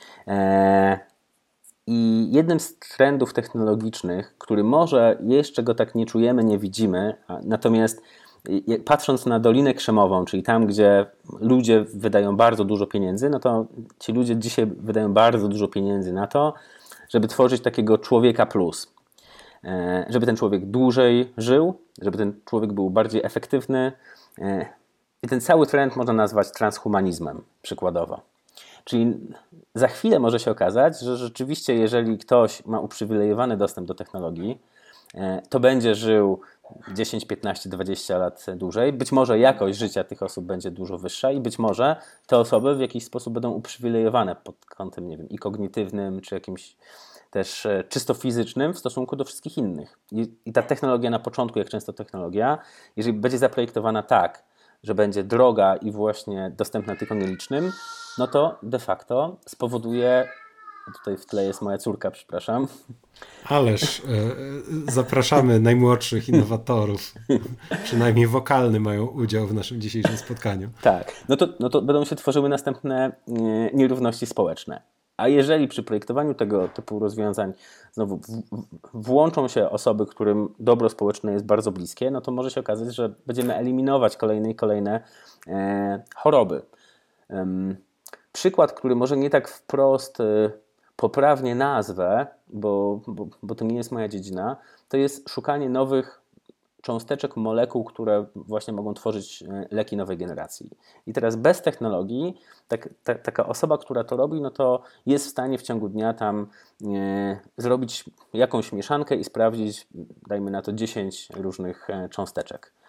[SPEAKER 2] I jednym z trendów technologicznych, który może jeszcze go tak nie czujemy, nie widzimy, natomiast patrząc na Dolinę Krzemową, czyli tam, gdzie ludzie wydają bardzo dużo pieniędzy, no to ci ludzie dzisiaj wydają bardzo dużo pieniędzy na to, żeby tworzyć takiego człowieka plus. Żeby ten człowiek dłużej żył, żeby ten człowiek był bardziej efektywny. I ten cały trend można nazwać transhumanizmem, przykładowo. Czyli za chwilę może się okazać, że rzeczywiście jeżeli ktoś ma uprzywilejowany dostęp do technologii, to będzie żył 10, 15, 20 lat dłużej. Być może jakość życia tych osób będzie dużo wyższa i być może te osoby w jakiś sposób będą uprzywilejowane pod kątem, nie wiem, i kognitywnym, czy jakimś też czysto fizycznym w stosunku do wszystkich innych. I ta technologia na początku, jak często technologia, jeżeli będzie zaprojektowana tak, że będzie droga i właśnie dostępna tylko nielicznym, no to de facto spowoduje, tutaj w tle jest moja córka, przepraszam.
[SPEAKER 1] Ależ zapraszamy najmłodszych innowatorów, przynajmniej wokalny mają udział w naszym dzisiejszym spotkaniu.
[SPEAKER 2] Tak, no to będą się tworzyły następne nierówności społeczne. A jeżeli przy projektowaniu tego typu rozwiązań znowu włączą się osoby, którym dobro społeczne jest bardzo bliskie, no to może się okazać, że będziemy eliminować kolejne i kolejne choroby. Przykład, który może nie tak wprost poprawnie nazwę, bo to nie jest moja dziedzina, to jest szukanie nowych cząsteczek, molekuł, które właśnie mogą tworzyć leki nowej generacji. I teraz bez technologii taka osoba, która to robi, no to jest w stanie w ciągu dnia tam zrobić jakąś mieszankę i sprawdzić, dajmy na to 10 różnych cząsteczek.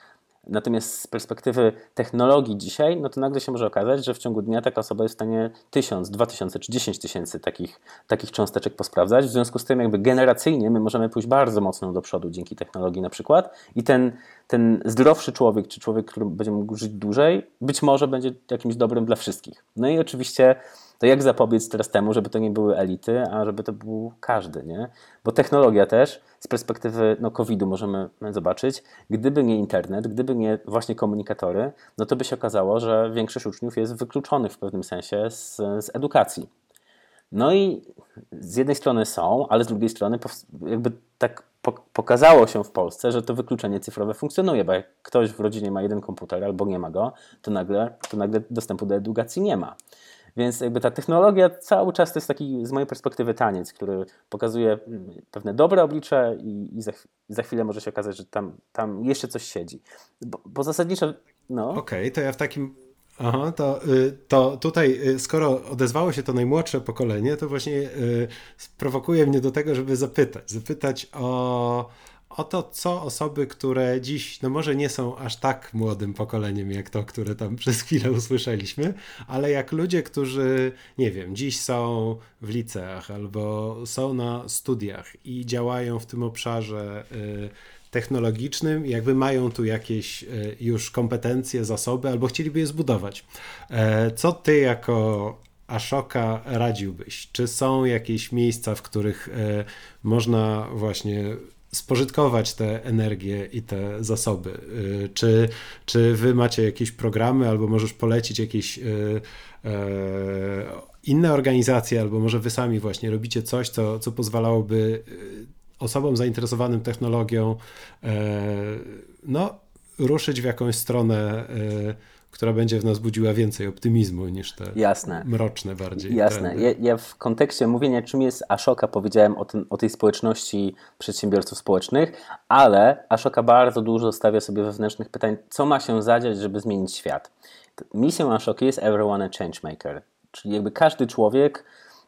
[SPEAKER 2] Natomiast z perspektywy technologii dzisiaj, no to nagle się może okazać, że w ciągu dnia taka osoba jest w stanie 1000, 2000 czy 10 tysięcy takich cząsteczek posprawdzać. W związku z tym jakby generacyjnie my możemy pójść bardzo mocno do przodu dzięki technologii na przykład i ten zdrowszy człowiek, czy człowiek, który będzie mógł żyć dłużej, być może będzie jakimś dobrym dla wszystkich. No i oczywiście to jak zapobiec teraz temu, żeby to nie były elity, a żeby to był każdy, nie? Bo technologia też z perspektywy COVID-u możemy zobaczyć, gdyby nie internet, gdyby nie właśnie komunikatory, no to by się okazało, że większość uczniów jest wykluczonych w pewnym sensie z edukacji. No i z jednej strony są, ale z drugiej strony jakby tak pokazało się w Polsce, że to wykluczenie cyfrowe funkcjonuje, bo jak ktoś w rodzinie ma jeden komputer albo nie ma go, to nagle dostępu do edukacji nie ma. Więc jakby ta technologia cały czas to jest taki z mojej perspektywy taniec, który pokazuje pewne dobre oblicze i za chwilę może się okazać, że tam jeszcze coś siedzi. Bo zasadniczo... No.
[SPEAKER 1] Okej, to ja w takim... Aha, to tutaj, skoro odezwało się to najmłodsze pokolenie, to właśnie sprowokuje mnie do tego, żeby zapytać o to, co osoby, które dziś, no może nie są aż tak młodym pokoleniem, jak to, które tam przez chwilę usłyszeliśmy, ale jak ludzie, którzy, nie wiem, dziś są w liceach albo są na studiach i działają w tym obszarze technologicznym, jakby mają tu jakieś już kompetencje, zasoby, albo chcieliby je zbudować. Co ty jako Ashoka radziłbyś? Czy są jakieś miejsca, w których można właśnie spożytkować tę energię i te zasoby? Czy wy macie jakieś programy, albo możesz polecić jakieś inne organizacje, albo może wy sami właśnie robicie coś, co pozwalałoby osobom zainteresowanym technologią ruszyć w jakąś stronę, która będzie w nas budziła więcej optymizmu niż te mroczne bardziej
[SPEAKER 2] Jasne. Ja w kontekście mówienia, czym jest Ashoka, powiedziałem o tej społeczności przedsiębiorców społecznych, ale Ashoka bardzo dużo stawia sobie wewnętrznych pytań, co ma się zadziać, żeby zmienić świat. Misją Ashoki jest Everyone a Changemaker, czyli jakby każdy człowiek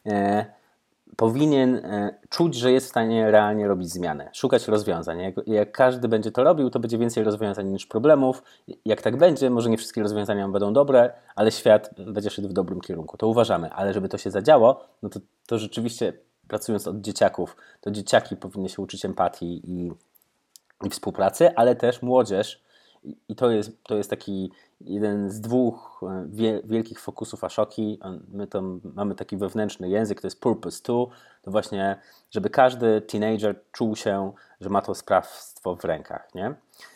[SPEAKER 2] powinien czuć, że jest w stanie realnie robić zmiany, szukać rozwiązań. Jak każdy będzie to robił, to będzie więcej rozwiązań niż problemów. Jak tak będzie, może nie wszystkie rozwiązania będą dobre, ale świat będzie szedł w dobrym kierunku. To uważamy, ale żeby to się zadziało, no to rzeczywiście pracując od dzieciaków, to dzieciaki powinny się uczyć empatii i współpracy, ale też młodzież. I to jest taki jeden z dwóch wielkich fokusów Ashoki. My tam mamy taki wewnętrzny język, to jest Purpose 2, to właśnie, żeby każdy teenager czuł się, że ma to sprawstwo w rękach, nie?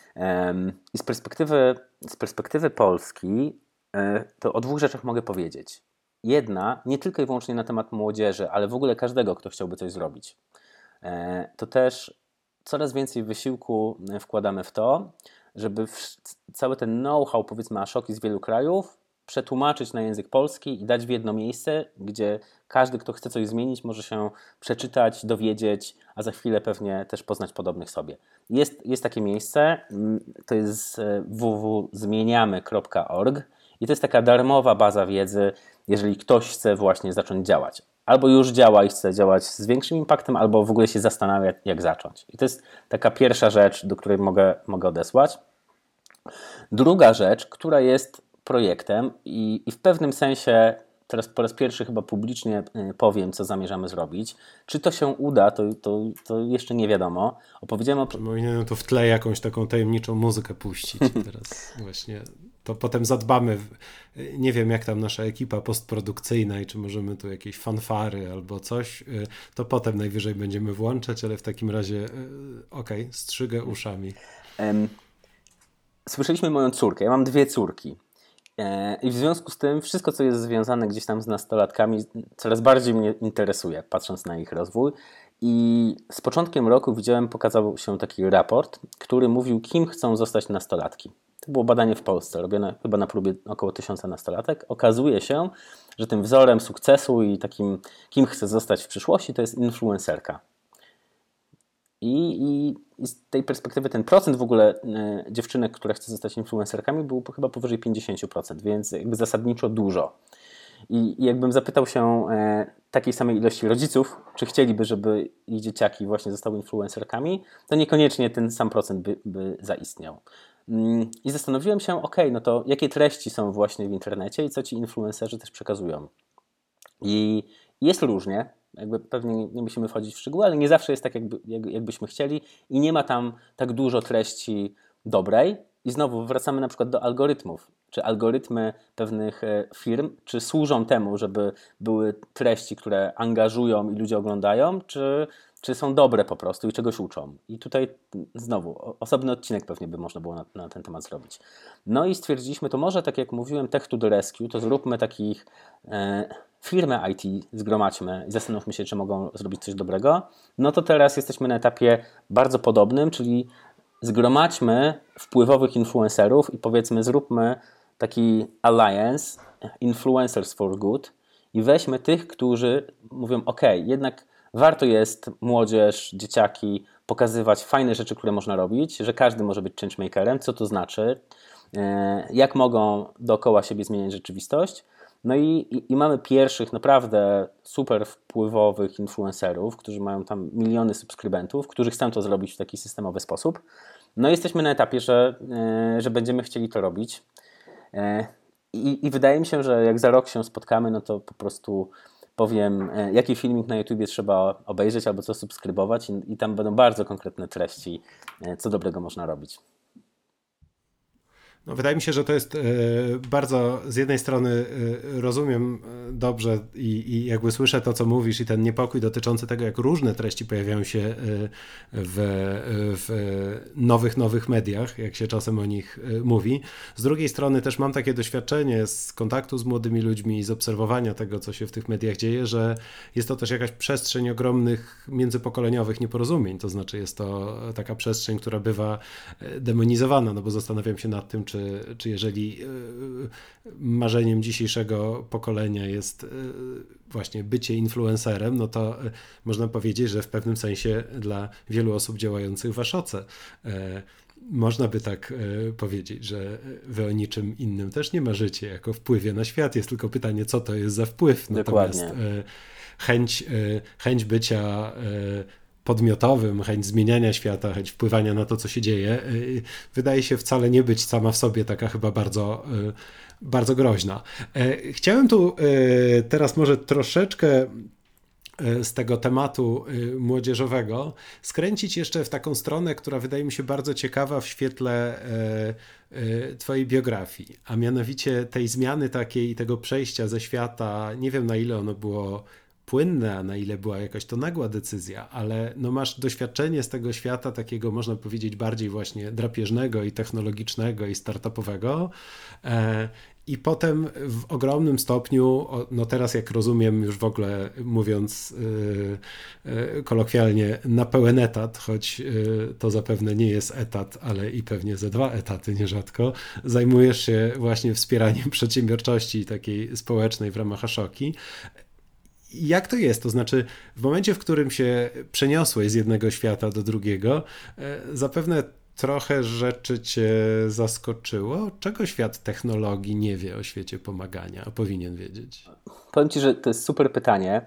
[SPEAKER 2] I z perspektywy Polski to o dwóch rzeczach mogę powiedzieć. Jedna, nie tylko i wyłącznie na temat młodzieży, ale w ogóle każdego, kto chciałby coś zrobić. To też coraz więcej wysiłku wkładamy w to, żeby cały ten know-how, powiedzmy, Ashoki z wielu krajów przetłumaczyć na język polski i dać w jedno miejsce, gdzie każdy, kto chce coś zmienić, może się przeczytać, dowiedzieć, a za chwilę pewnie też poznać podobnych sobie. Jest takie miejsce, to jest www.zmieniamy.org i to jest taka darmowa baza wiedzy, jeżeli ktoś chce właśnie zacząć działać. Albo już działa i chce działać z większym impaktem, albo w ogóle się zastanawia, jak zacząć. I to jest taka pierwsza rzecz, do której mogę odesłać. Druga rzecz, która jest projektem i w pewnym sensie teraz po raz pierwszy chyba publicznie powiem, co zamierzamy zrobić. Czy to się uda, to jeszcze nie wiadomo. Opowiedziałem
[SPEAKER 1] Powinienem tu w tle jakąś taką tajemniczą muzykę puścić teraz właśnie. To potem zadbamy. Nie wiem, jak tam nasza ekipa postprodukcyjna i czy możemy tu jakieś fanfary albo coś. To potem najwyżej będziemy włączać, ale w takim razie strzygę uszami.
[SPEAKER 2] Słyszeliśmy moją córkę. Ja mam 2 córki. I w związku z tym wszystko, co jest związane gdzieś tam z nastolatkami, coraz bardziej mnie interesuje, patrząc na ich rozwój. I z początkiem roku pokazał się taki raport, który mówił, kim chcą zostać nastolatki. To było badanie w Polsce, robione chyba na próbie około 1000 nastolatek. Okazuje się, że tym wzorem sukcesu i takim, kim chce zostać w przyszłości, to jest influencerka. I z tej perspektywy ten procent w ogóle dziewczynek, które chce zostać influencerkami, był chyba powyżej 50%, więc jakby zasadniczo dużo. I jakbym zapytał się takiej samej ilości rodziców, czy chcieliby, żeby ich dzieciaki właśnie zostały influencerkami, to niekoniecznie ten sam procent by zaistniał. I zastanowiłem się, no to jakie treści są właśnie w internecie i co ci influencerzy też przekazują. I jest różnie, jakby pewnie nie musimy wchodzić w szczegóły, ale nie zawsze jest tak, jakbyśmy chcieli i nie ma tam tak dużo treści dobrej. I znowu wracamy na przykład do algorytmów. Czy algorytmy pewnych firm, czy służą temu, żeby były treści, które angażują i ludzie oglądają, czy są dobre po prostu i czegoś uczą. I tutaj znowu osobny odcinek pewnie by można było na ten temat zrobić. No i stwierdziliśmy, to może tak jak mówiłem, Tech to the Rescue, to zróbmy takich firmy IT, zgromadźmy i zastanówmy się, czy mogą zrobić coś dobrego. No to teraz jesteśmy na etapie bardzo podobnym, czyli zgromadźmy wpływowych influencerów i powiedzmy zróbmy taki alliance Influencers for Good i weźmy tych, którzy mówią jednak warto jest młodzież, dzieciaki pokazywać fajne rzeczy, które można robić, że każdy może być changemakerem, co to znaczy, jak mogą dookoła siebie zmieniać rzeczywistość. No i mamy pierwszych naprawdę super wpływowych influencerów, którzy mają tam miliony subskrybentów, którzy chcą to zrobić w taki systemowy sposób. No i jesteśmy na etapie, że będziemy chcieli to robić. I wydaje mi się, że jak za rok się spotkamy, no to po prostu powiem, jaki filmik na YouTubie trzeba obejrzeć albo co subskrybować i tam będą bardzo konkretne treści, co dobrego można robić.
[SPEAKER 1] No, wydaje mi się, że to jest bardzo, z jednej strony rozumiem dobrze i jakby słyszę to, co mówisz i ten niepokój dotyczący tego, jak różne treści pojawiają się w nowych mediach, jak się czasem o nich mówi. Z drugiej strony też mam takie doświadczenie z kontaktu z młodymi ludźmi, z obserwowania tego, co się w tych mediach dzieje, że jest to też jakaś przestrzeń ogromnych międzypokoleniowych nieporozumień, to znaczy jest to taka przestrzeń, która bywa demonizowana, no bo zastanawiam się nad tym, czy jeżeli marzeniem dzisiejszego pokolenia jest właśnie bycie influencerem, no to można powiedzieć, że w pewnym sensie dla wielu osób działających w Ashoce można by tak powiedzieć, że wy o niczym innym też nie marzycie jako wpływie na świat. Jest tylko pytanie, co to jest za wpływ.
[SPEAKER 2] Dokładnie.
[SPEAKER 1] Natomiast chęć bycia podmiotowym, chęć zmieniania świata, chęć wpływania na to, co się dzieje, wydaje się wcale nie być sama w sobie taka chyba bardzo groźna. Chciałem tu teraz może troszeczkę z tego tematu młodzieżowego skręcić jeszcze w taką stronę, która wydaje mi się bardzo ciekawa w świetle twojej biografii, a mianowicie tej zmiany takiej, tego przejścia ze świata, nie wiem na ile ono było płynne, a na ile była jakaś to nagła decyzja, ale no masz doświadczenie z tego świata takiego, można powiedzieć, bardziej właśnie drapieżnego i technologicznego i startupowego i potem w ogromnym stopniu, no teraz jak rozumiem już w ogóle mówiąc kolokwialnie, na pełen etat, choć to zapewne nie jest etat, ale i pewnie ze 2 etaty nierzadko, zajmujesz się właśnie wspieraniem przedsiębiorczości takiej społecznej w ramach Ashoki. Jak to jest? To znaczy, w momencie, w którym się przeniosłeś z jednego świata do drugiego, zapewne trochę rzeczy cię zaskoczyło. Czego świat technologii nie wie o świecie pomagania, a powinien wiedzieć?
[SPEAKER 2] Powiem ci, że to jest super pytanie.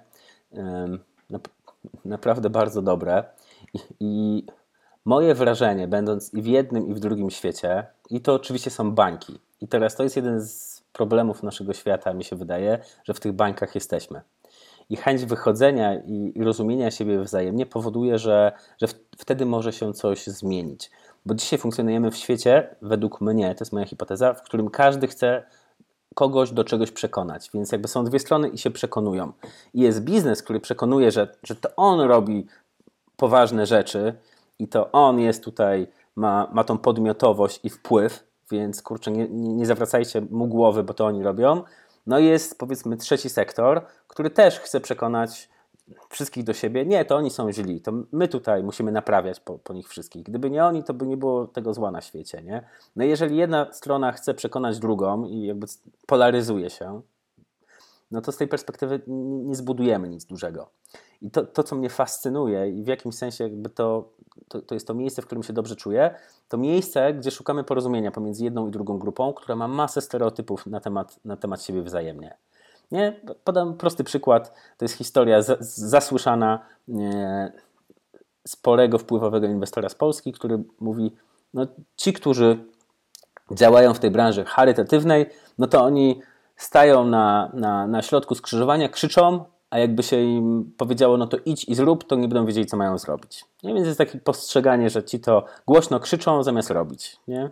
[SPEAKER 2] Naprawdę bardzo dobre. I moje wrażenie, będąc i w jednym, i w drugim świecie, i to oczywiście są bańki. I teraz to jest jeden z problemów naszego świata, mi się wydaje, że w tych bańkach jesteśmy. I chęć wychodzenia i rozumienia siebie wzajemnie powoduje, że wtedy może się coś zmienić. Bo dzisiaj funkcjonujemy w świecie, według mnie, to jest moja hipoteza, w którym każdy chce kogoś do czegoś przekonać. Więc jakby są dwie strony i się przekonują. I jest biznes, który przekonuje, że to on robi poważne rzeczy i to on jest tutaj, ma tą podmiotowość i wpływ, więc kurczę, nie zawracajcie mu głowy, bo to oni robią. No i jest powiedzmy trzeci sektor, który też chce przekonać wszystkich do siebie. Nie, to oni są źli, to my tutaj musimy naprawiać po nich wszystkich. Gdyby nie oni, to by nie było tego zła na świecie, nie? No i jeżeli jedna strona chce przekonać drugą i jakby polaryzuje się, no to z tej perspektywy nie zbudujemy nic dużego. I to co mnie fascynuje i w jakimś sensie jakby to jest to miejsce, w którym się dobrze czuję, to miejsce, gdzie szukamy porozumienia pomiędzy jedną i drugą grupą, która ma masę stereotypów na temat siebie wzajemnie. Nie? Podam prosty przykład. To jest historia zasłyszana sporego, wpływowego inwestora z Polski, który mówi, no ci, którzy działają w tej branży charytatywnej, no to oni stają na środku skrzyżowania, krzyczą, a jakby się im powiedziało, no to idź i zrób, to nie będą wiedzieli, co mają zrobić. Nie? Więc jest takie postrzeganie, że ci to głośno krzyczą, zamiast robić. Nie?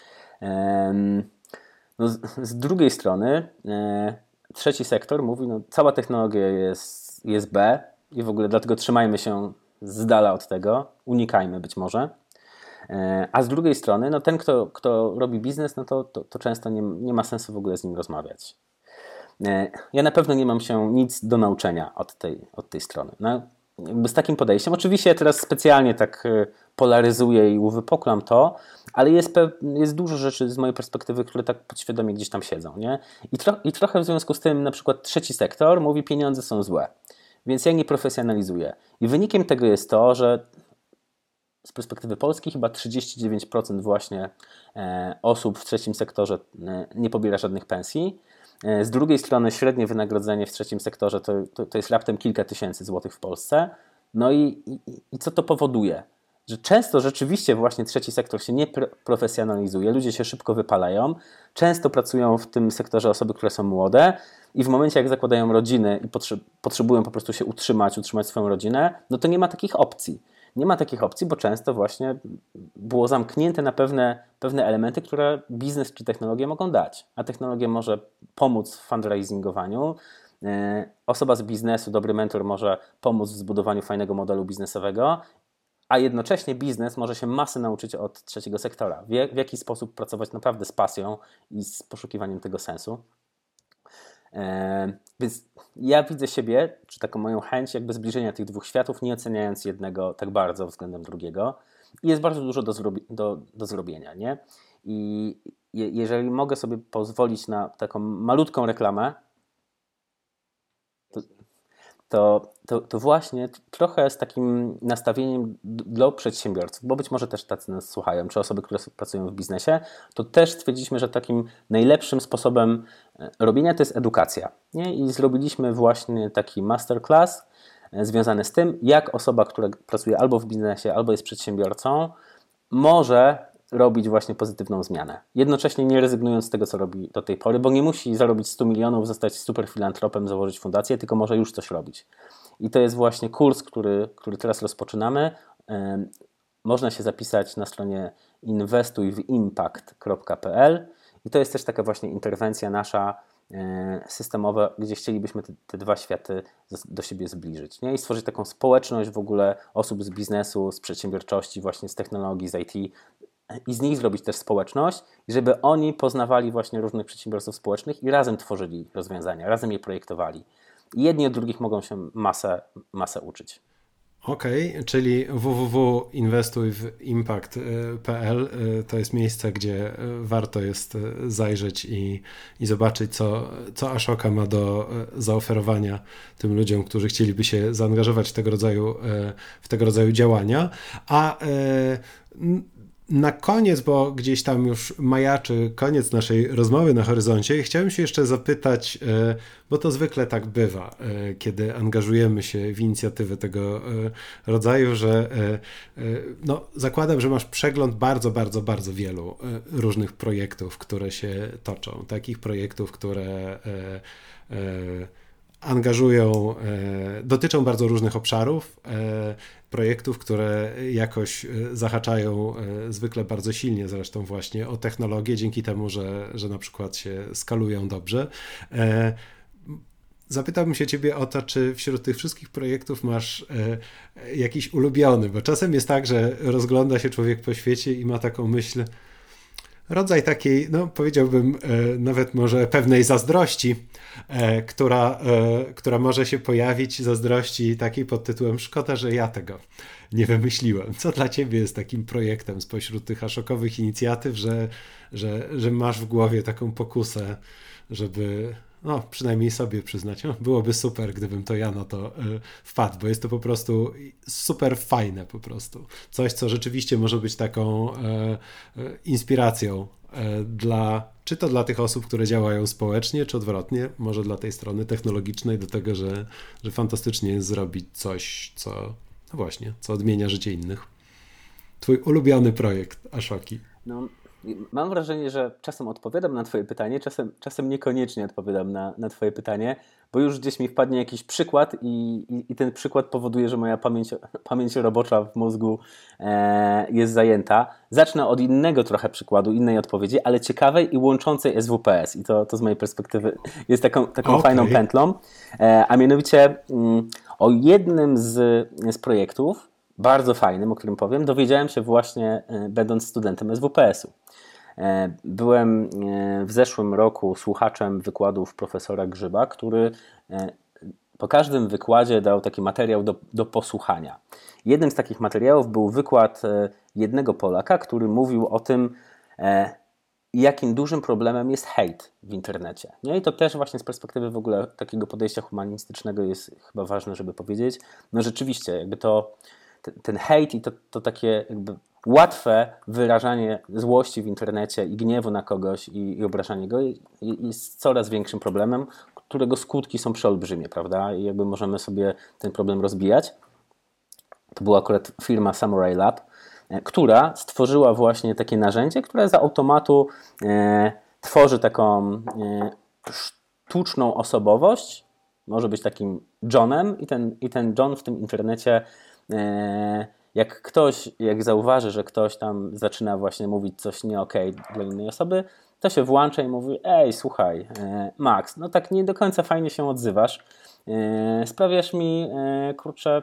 [SPEAKER 2] No z drugiej strony trzeci sektor mówi, no cała technologia jest B i w ogóle dlatego trzymajmy się z dala od tego, unikajmy być może. A z drugiej strony, no ten, kto robi biznes, no to często nie ma sensu w ogóle z nim rozmawiać. Ja na pewno nie mam się nic do nauczenia od tej strony. No, jakby z takim podejściem, oczywiście ja teraz specjalnie tak polaryzuję i uwypuklam to, ale jest dużo rzeczy z mojej perspektywy, które tak podświadomie gdzieś tam siedzą. Nie? I trochę w związku z tym na przykład trzeci sektor mówi, pieniądze są złe, więc ja nie profesjonalizuję. I wynikiem tego jest to, że z perspektywy Polski chyba 39% właśnie osób w trzecim sektorze nie pobiera żadnych pensji. Z drugiej strony średnie wynagrodzenie w trzecim sektorze to jest raptem kilka tysięcy złotych w Polsce. No i co to powoduje? Że często rzeczywiście właśnie trzeci sektor się nie profesjonalizuje, ludzie się szybko wypalają, często pracują w tym sektorze osoby, które są młode i w momencie jak zakładają rodziny i potrzebują po prostu się utrzymać swoją rodzinę, no to nie ma takich opcji. Nie ma takich opcji, bo często właśnie było zamknięte na pewne elementy, które biznes czy technologia mogą dać. A technologia może pomóc w fundraisingowaniu. Osoba z biznesu, dobry mentor może pomóc w zbudowaniu fajnego modelu biznesowego, a jednocześnie biznes może się masę nauczyć od trzeciego sektora. W jaki sposób pracować naprawdę z pasją i z poszukiwaniem tego sensu. Więc ja widzę siebie, czy taką moją chęć jakby zbliżenia tych dwóch światów, nie oceniając jednego tak bardzo względem drugiego. I jest bardzo dużo do zrobienia. Nie? I jeżeli mogę sobie pozwolić na taką malutką reklamę, to właśnie trochę z takim nastawieniem dla przedsiębiorców, bo być może też tacy nas słuchają, czy osoby, które pracują w biznesie, to też stwierdziliśmy, że takim najlepszym sposobem robienia to jest edukacja. Nie? I zrobiliśmy właśnie taki masterclass związany z tym, jak osoba, która pracuje albo w biznesie, albo jest przedsiębiorcą, może robić właśnie pozytywną zmianę. Jednocześnie nie rezygnując z tego, co robi do tej pory, bo nie musi zarobić 100 milionów, zostać super filantropem, założyć fundację, tylko może już coś robić. I to jest właśnie kurs, który teraz rozpoczynamy. Można się zapisać na stronie inwestujwimpact.pl i to jest też taka właśnie interwencja nasza systemowa, gdzie chcielibyśmy te dwa światy do siebie zbliżyć, nie? I stworzyć taką społeczność w ogóle osób z biznesu, z przedsiębiorczości, właśnie z technologii, z IT, i z nich zrobić też społeczność, żeby oni poznawali właśnie różnych przedsiębiorców społecznych i razem tworzyli rozwiązania, razem je projektowali. I jedni od drugich mogą się masę uczyć.
[SPEAKER 1] Okej, czyli www.inwestujwimpact.pl to jest miejsce, gdzie warto jest zajrzeć i zobaczyć, co Ashoka ma do zaoferowania tym ludziom, którzy chcieliby się zaangażować w tego rodzaju działania. A na koniec, bo gdzieś tam już majaczy koniec naszej rozmowy na horyzoncie, chciałem się jeszcze zapytać, bo to zwykle tak bywa, kiedy angażujemy się w inicjatywy tego rodzaju, że no, zakładam, że masz przegląd bardzo, bardzo, bardzo wielu różnych projektów, które się toczą. Takich projektów, które angażują, dotyczą bardzo różnych obszarów, projektów, które jakoś zahaczają zwykle bardzo silnie zresztą właśnie o technologię, dzięki temu, że na przykład się skalują dobrze. Zapytałbym się ciebie o to, czy wśród tych wszystkich projektów masz jakiś ulubiony, bo czasem jest tak, że rozgląda się człowiek po świecie i ma taką myśl, rodzaj takiej, no powiedziałbym nawet może pewnej zazdrości, która może się pojawić, zazdrości takiej pod tytułem szkoda, że ja tego nie wymyśliłem. Co dla ciebie jest takim projektem spośród tych ashokowych inicjatyw, że masz w głowie taką pokusę, żeby no przynajmniej sobie przyznać, byłoby super, gdybym to ja na to wpadł, bo jest to po prostu super fajne po prostu. Coś, co rzeczywiście może być taką inspiracją czy to dla tych osób, które działają społecznie, czy odwrotnie, może dla tej strony technologicznej, do tego, że fantastycznie jest zrobić coś, co odmienia życie innych. Twój ulubiony projekt, Ashoki.
[SPEAKER 2] No, mam wrażenie, że czasem odpowiadam na twoje pytanie, czasem niekoniecznie odpowiadam na twoje pytanie, bo już gdzieś mi wpadnie jakiś przykład i ten przykład powoduje, że moja pamięć robocza w mózgu jest zajęta. Zacznę od innego trochę przykładu, innej odpowiedzi, ale ciekawej i łączącej SWPS. I to z mojej perspektywy jest taką fajną pętlą. A mianowicie o jednym z projektów, bardzo fajnym, o którym powiem, dowiedziałem się właśnie będąc studentem SWPS-u. Byłem w zeszłym roku słuchaczem wykładów profesora Grzyba, który po każdym wykładzie dał taki materiał do posłuchania. Jednym z takich materiałów był wykład jednego Polaka, który mówił o tym, jakim dużym problemem jest hejt w internecie. I to też właśnie z perspektywy w ogóle takiego podejścia humanistycznego jest chyba ważne, żeby powiedzieć. No rzeczywiście, jakby ten hejt i to takie jakby łatwe wyrażanie złości w internecie i gniewu na kogoś i obrażanie go jest coraz większym problemem, którego skutki są przeolbrzymie, prawda? I jakby możemy sobie ten problem rozbijać. To była akurat firma Samurai Lab, która stworzyła właśnie takie narzędzie, które z automatu tworzy taką sztuczną osobowość. Może być takim Johnem i ten John w tym internecie, jak zauważy, że ktoś tam zaczyna właśnie mówić coś nie okej dla innej osoby, to się włącza i mówi: ej, słuchaj, Max, no tak nie do końca fajnie się odzywasz, sprawiasz mi, kurczę,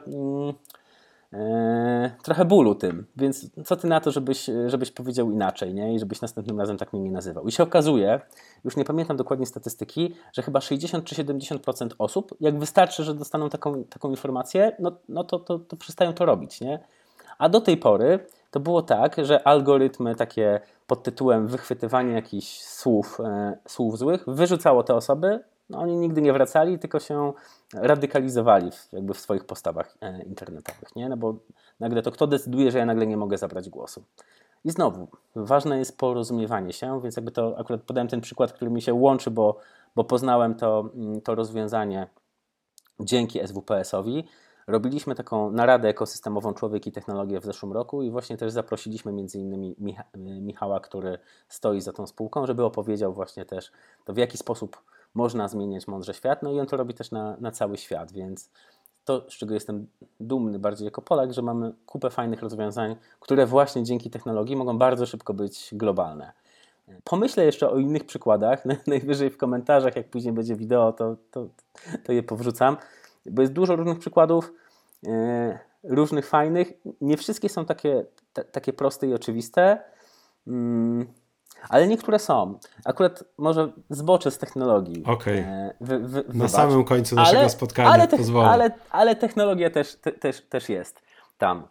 [SPEAKER 2] trochę bólu tym, więc co ty na to, żebyś powiedział inaczej, nie? I żebyś następnym razem tak mnie nie nazywał. I się okazuje, już nie pamiętam dokładnie statystyki, że chyba 60 czy 70% osób, jak wystarczy, że dostaną taką informację, no to przestają to robić, nie? A do tej pory to było tak, że algorytmy takie pod tytułem wychwytywanie jakichś słów złych wyrzucało te osoby. No, oni nigdy nie wracali, tylko się radykalizowali w swoich postawach internetowych, nie? No bo nagle to kto decyduje, że ja nagle nie mogę zabrać głosu. I znowu, ważne jest porozumiewanie się, więc jakby to akurat podałem ten przykład, który mi się łączy, bo poznałem to rozwiązanie dzięki SWPS-owi. Robiliśmy taką naradę ekosystemową Człowiek i Technologia w zeszłym roku i właśnie też zaprosiliśmy między innymi Michała, który stoi za tą spółką, żeby opowiedział właśnie też to, w jaki sposób można zmieniać mądrze świat, no i on to robi też na cały świat, więc to, z czego jestem dumny bardziej jako Polak, że mamy kupę fajnych rozwiązań, które właśnie dzięki technologii mogą bardzo szybko być globalne. Pomyślę jeszcze o innych przykładach, najwyżej w komentarzach, jak później będzie wideo, to je powrzucam, bo jest dużo różnych przykładów, różnych fajnych. Nie wszystkie są takie proste i oczywiste, ale niektóre są. Akurat może zboczę z technologii.
[SPEAKER 1] Okej. Na samym końcu naszego spotkania pozwolę.
[SPEAKER 2] Ale technologia też jest tam.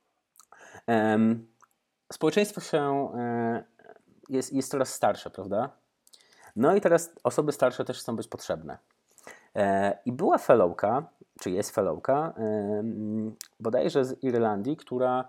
[SPEAKER 2] Społeczeństwo jest coraz starsze, prawda? No i teraz osoby starsze też chcą być potrzebne. I była fellowka, czy jest fellowka, bodajże z Irlandii, która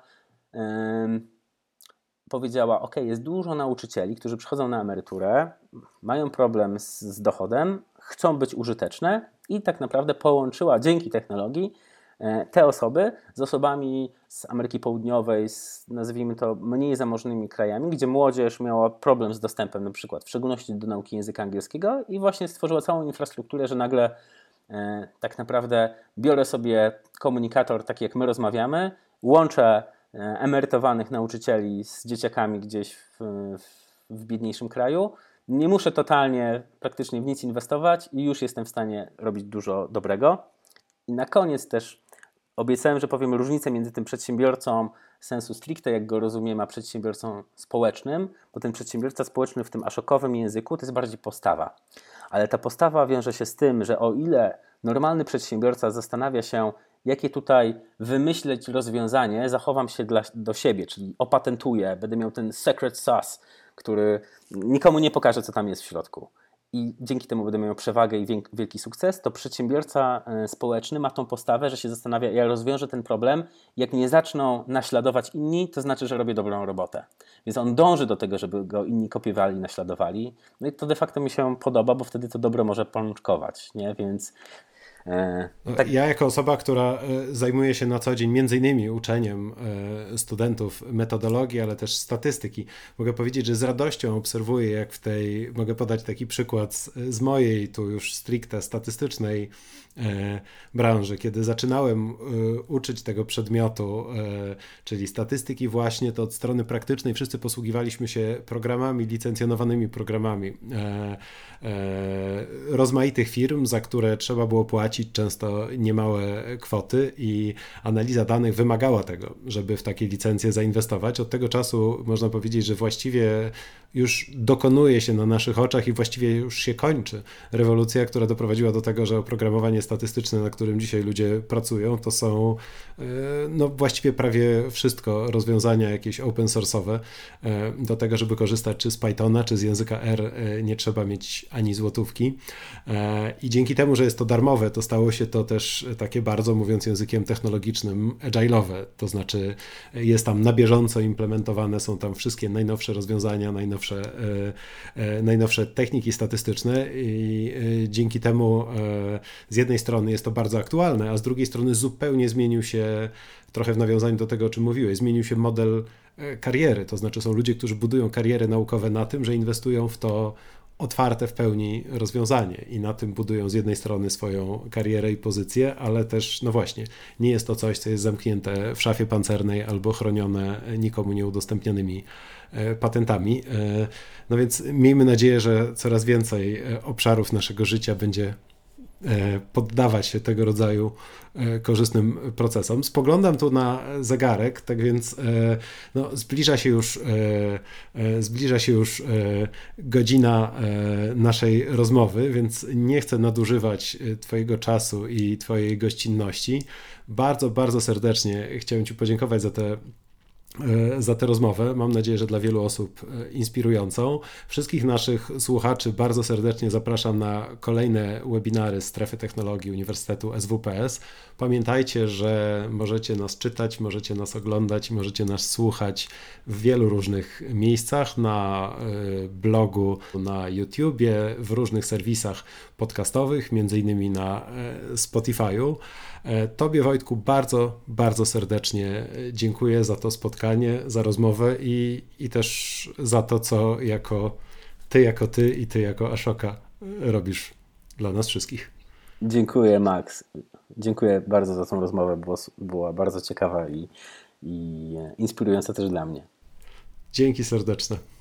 [SPEAKER 2] powiedziała: ok, jest dużo nauczycieli, którzy przychodzą na emeryturę, mają problem z dochodem, chcą być użyteczne i tak naprawdę połączyła dzięki technologii te osoby z osobami z Ameryki Południowej, nazwijmy to mniej zamożnymi krajami, gdzie młodzież miała problem z dostępem na przykład, w szczególności do nauki języka angielskiego i właśnie stworzyła całą infrastrukturę, że nagle tak naprawdę biorę sobie komunikator, taki jak my rozmawiamy, łączę emerytowanych nauczycieli z dzieciakami gdzieś w biedniejszym kraju. Nie muszę totalnie, praktycznie w nic inwestować i już jestem w stanie robić dużo dobrego. I na koniec też obiecałem, że powiem różnicę między tym przedsiębiorcą sensu stricte, jak go rozumiem, a przedsiębiorcą społecznym, bo ten przedsiębiorca społeczny w tym ashokowym języku to jest bardziej postawa. Ale ta postawa wiąże się z tym, że o ile normalny przedsiębiorca zastanawia się, jakie tutaj wymyśleć rozwiązanie, zachowam się do siebie, czyli opatentuję, będę miał ten secret sauce, który nikomu nie pokaże, co tam jest w środku. i dzięki temu będę miał przewagę i wielki sukces, to przedsiębiorca społeczny ma tą postawę, że się zastanawia, ja rozwiążę ten problem, jak mnie zaczną naśladować inni, to znaczy, że robię dobrą robotę. Więc on dąży do tego, żeby go inni kopiowali, naśladowali. No i to de facto mi się podoba, bo wtedy to dobro może pączkować, nie? Więc tak.
[SPEAKER 1] Ja jako osoba, która zajmuje się na co dzień między innymi uczeniem studentów metodologii, ale też statystyki, mogę powiedzieć, że z radością obserwuję, jak mogę podać taki przykład z mojej tu już stricte statystycznej branży. Kiedy zaczynałem uczyć tego przedmiotu, czyli statystyki właśnie, to od strony praktycznej wszyscy posługiwaliśmy się programami, licencjonowanymi programami rozmaitych firm, za które trzeba było płacić często niemałe kwoty i analiza danych wymagała tego, żeby w takie licencje zainwestować. Od tego czasu można powiedzieć, że właściwie już dokonuje się na naszych oczach i właściwie już się kończy rewolucja, która doprowadziła do tego, że oprogramowanie statystyczne, na którym dzisiaj ludzie pracują, to są no właściwie prawie wszystko rozwiązania jakieś open source'owe. Do tego, żeby korzystać czy z Pythona, czy z języka R, nie trzeba mieć ani złotówki. I dzięki temu, że jest to darmowe, to stało się to też takie bardzo, mówiąc językiem technologicznym, agile'owe. To znaczy jest tam na bieżąco implementowane, są tam wszystkie najnowsze rozwiązania, najnowsze techniki statystyczne i dzięki temu z jednej strony jest to bardzo aktualne, a z drugiej strony zupełnie zmienił się, trochę w nawiązaniu do tego, o czym mówiłeś, zmienił się model kariery. To znaczy są ludzie, którzy budują kariery naukowe na tym, że inwestują w to otwarte w pełni rozwiązanie i na tym budują z jednej strony swoją karierę i pozycję, ale też, no właśnie, nie jest to coś, co jest zamknięte w szafie pancernej albo chronione nikomu nieudostępnionymi patentami. No więc miejmy nadzieję, że coraz więcej obszarów naszego życia będzie poddawać się tego rodzaju korzystnym procesom. Spoglądam tu na zegarek, tak więc no, zbliża się już godzina naszej rozmowy, więc nie chcę nadużywać Twojego czasu i Twojej gościnności. Bardzo, bardzo serdecznie chciałem Ci podziękować za tę rozmowę. Mam nadzieję, że dla wielu osób inspirującą. Wszystkich naszych słuchaczy bardzo serdecznie zapraszam na kolejne webinary Strefy Technologii Uniwersytetu SWPS. Pamiętajcie, że możecie nas czytać, możecie nas oglądać, możecie nas słuchać w wielu różnych miejscach, na blogu, na YouTubie, w różnych serwisach podcastowych, między innymi na Spotify'u. Tobie, Wojtku, bardzo, bardzo serdecznie dziękuję za to spotkanie, za rozmowę i też za to, co jako ty i ty jako Ashoka robisz dla nas wszystkich.
[SPEAKER 2] Dziękuję, Max. Dziękuję bardzo za tą rozmowę, była bardzo ciekawa i inspirująca też dla mnie.
[SPEAKER 1] Dzięki serdeczne.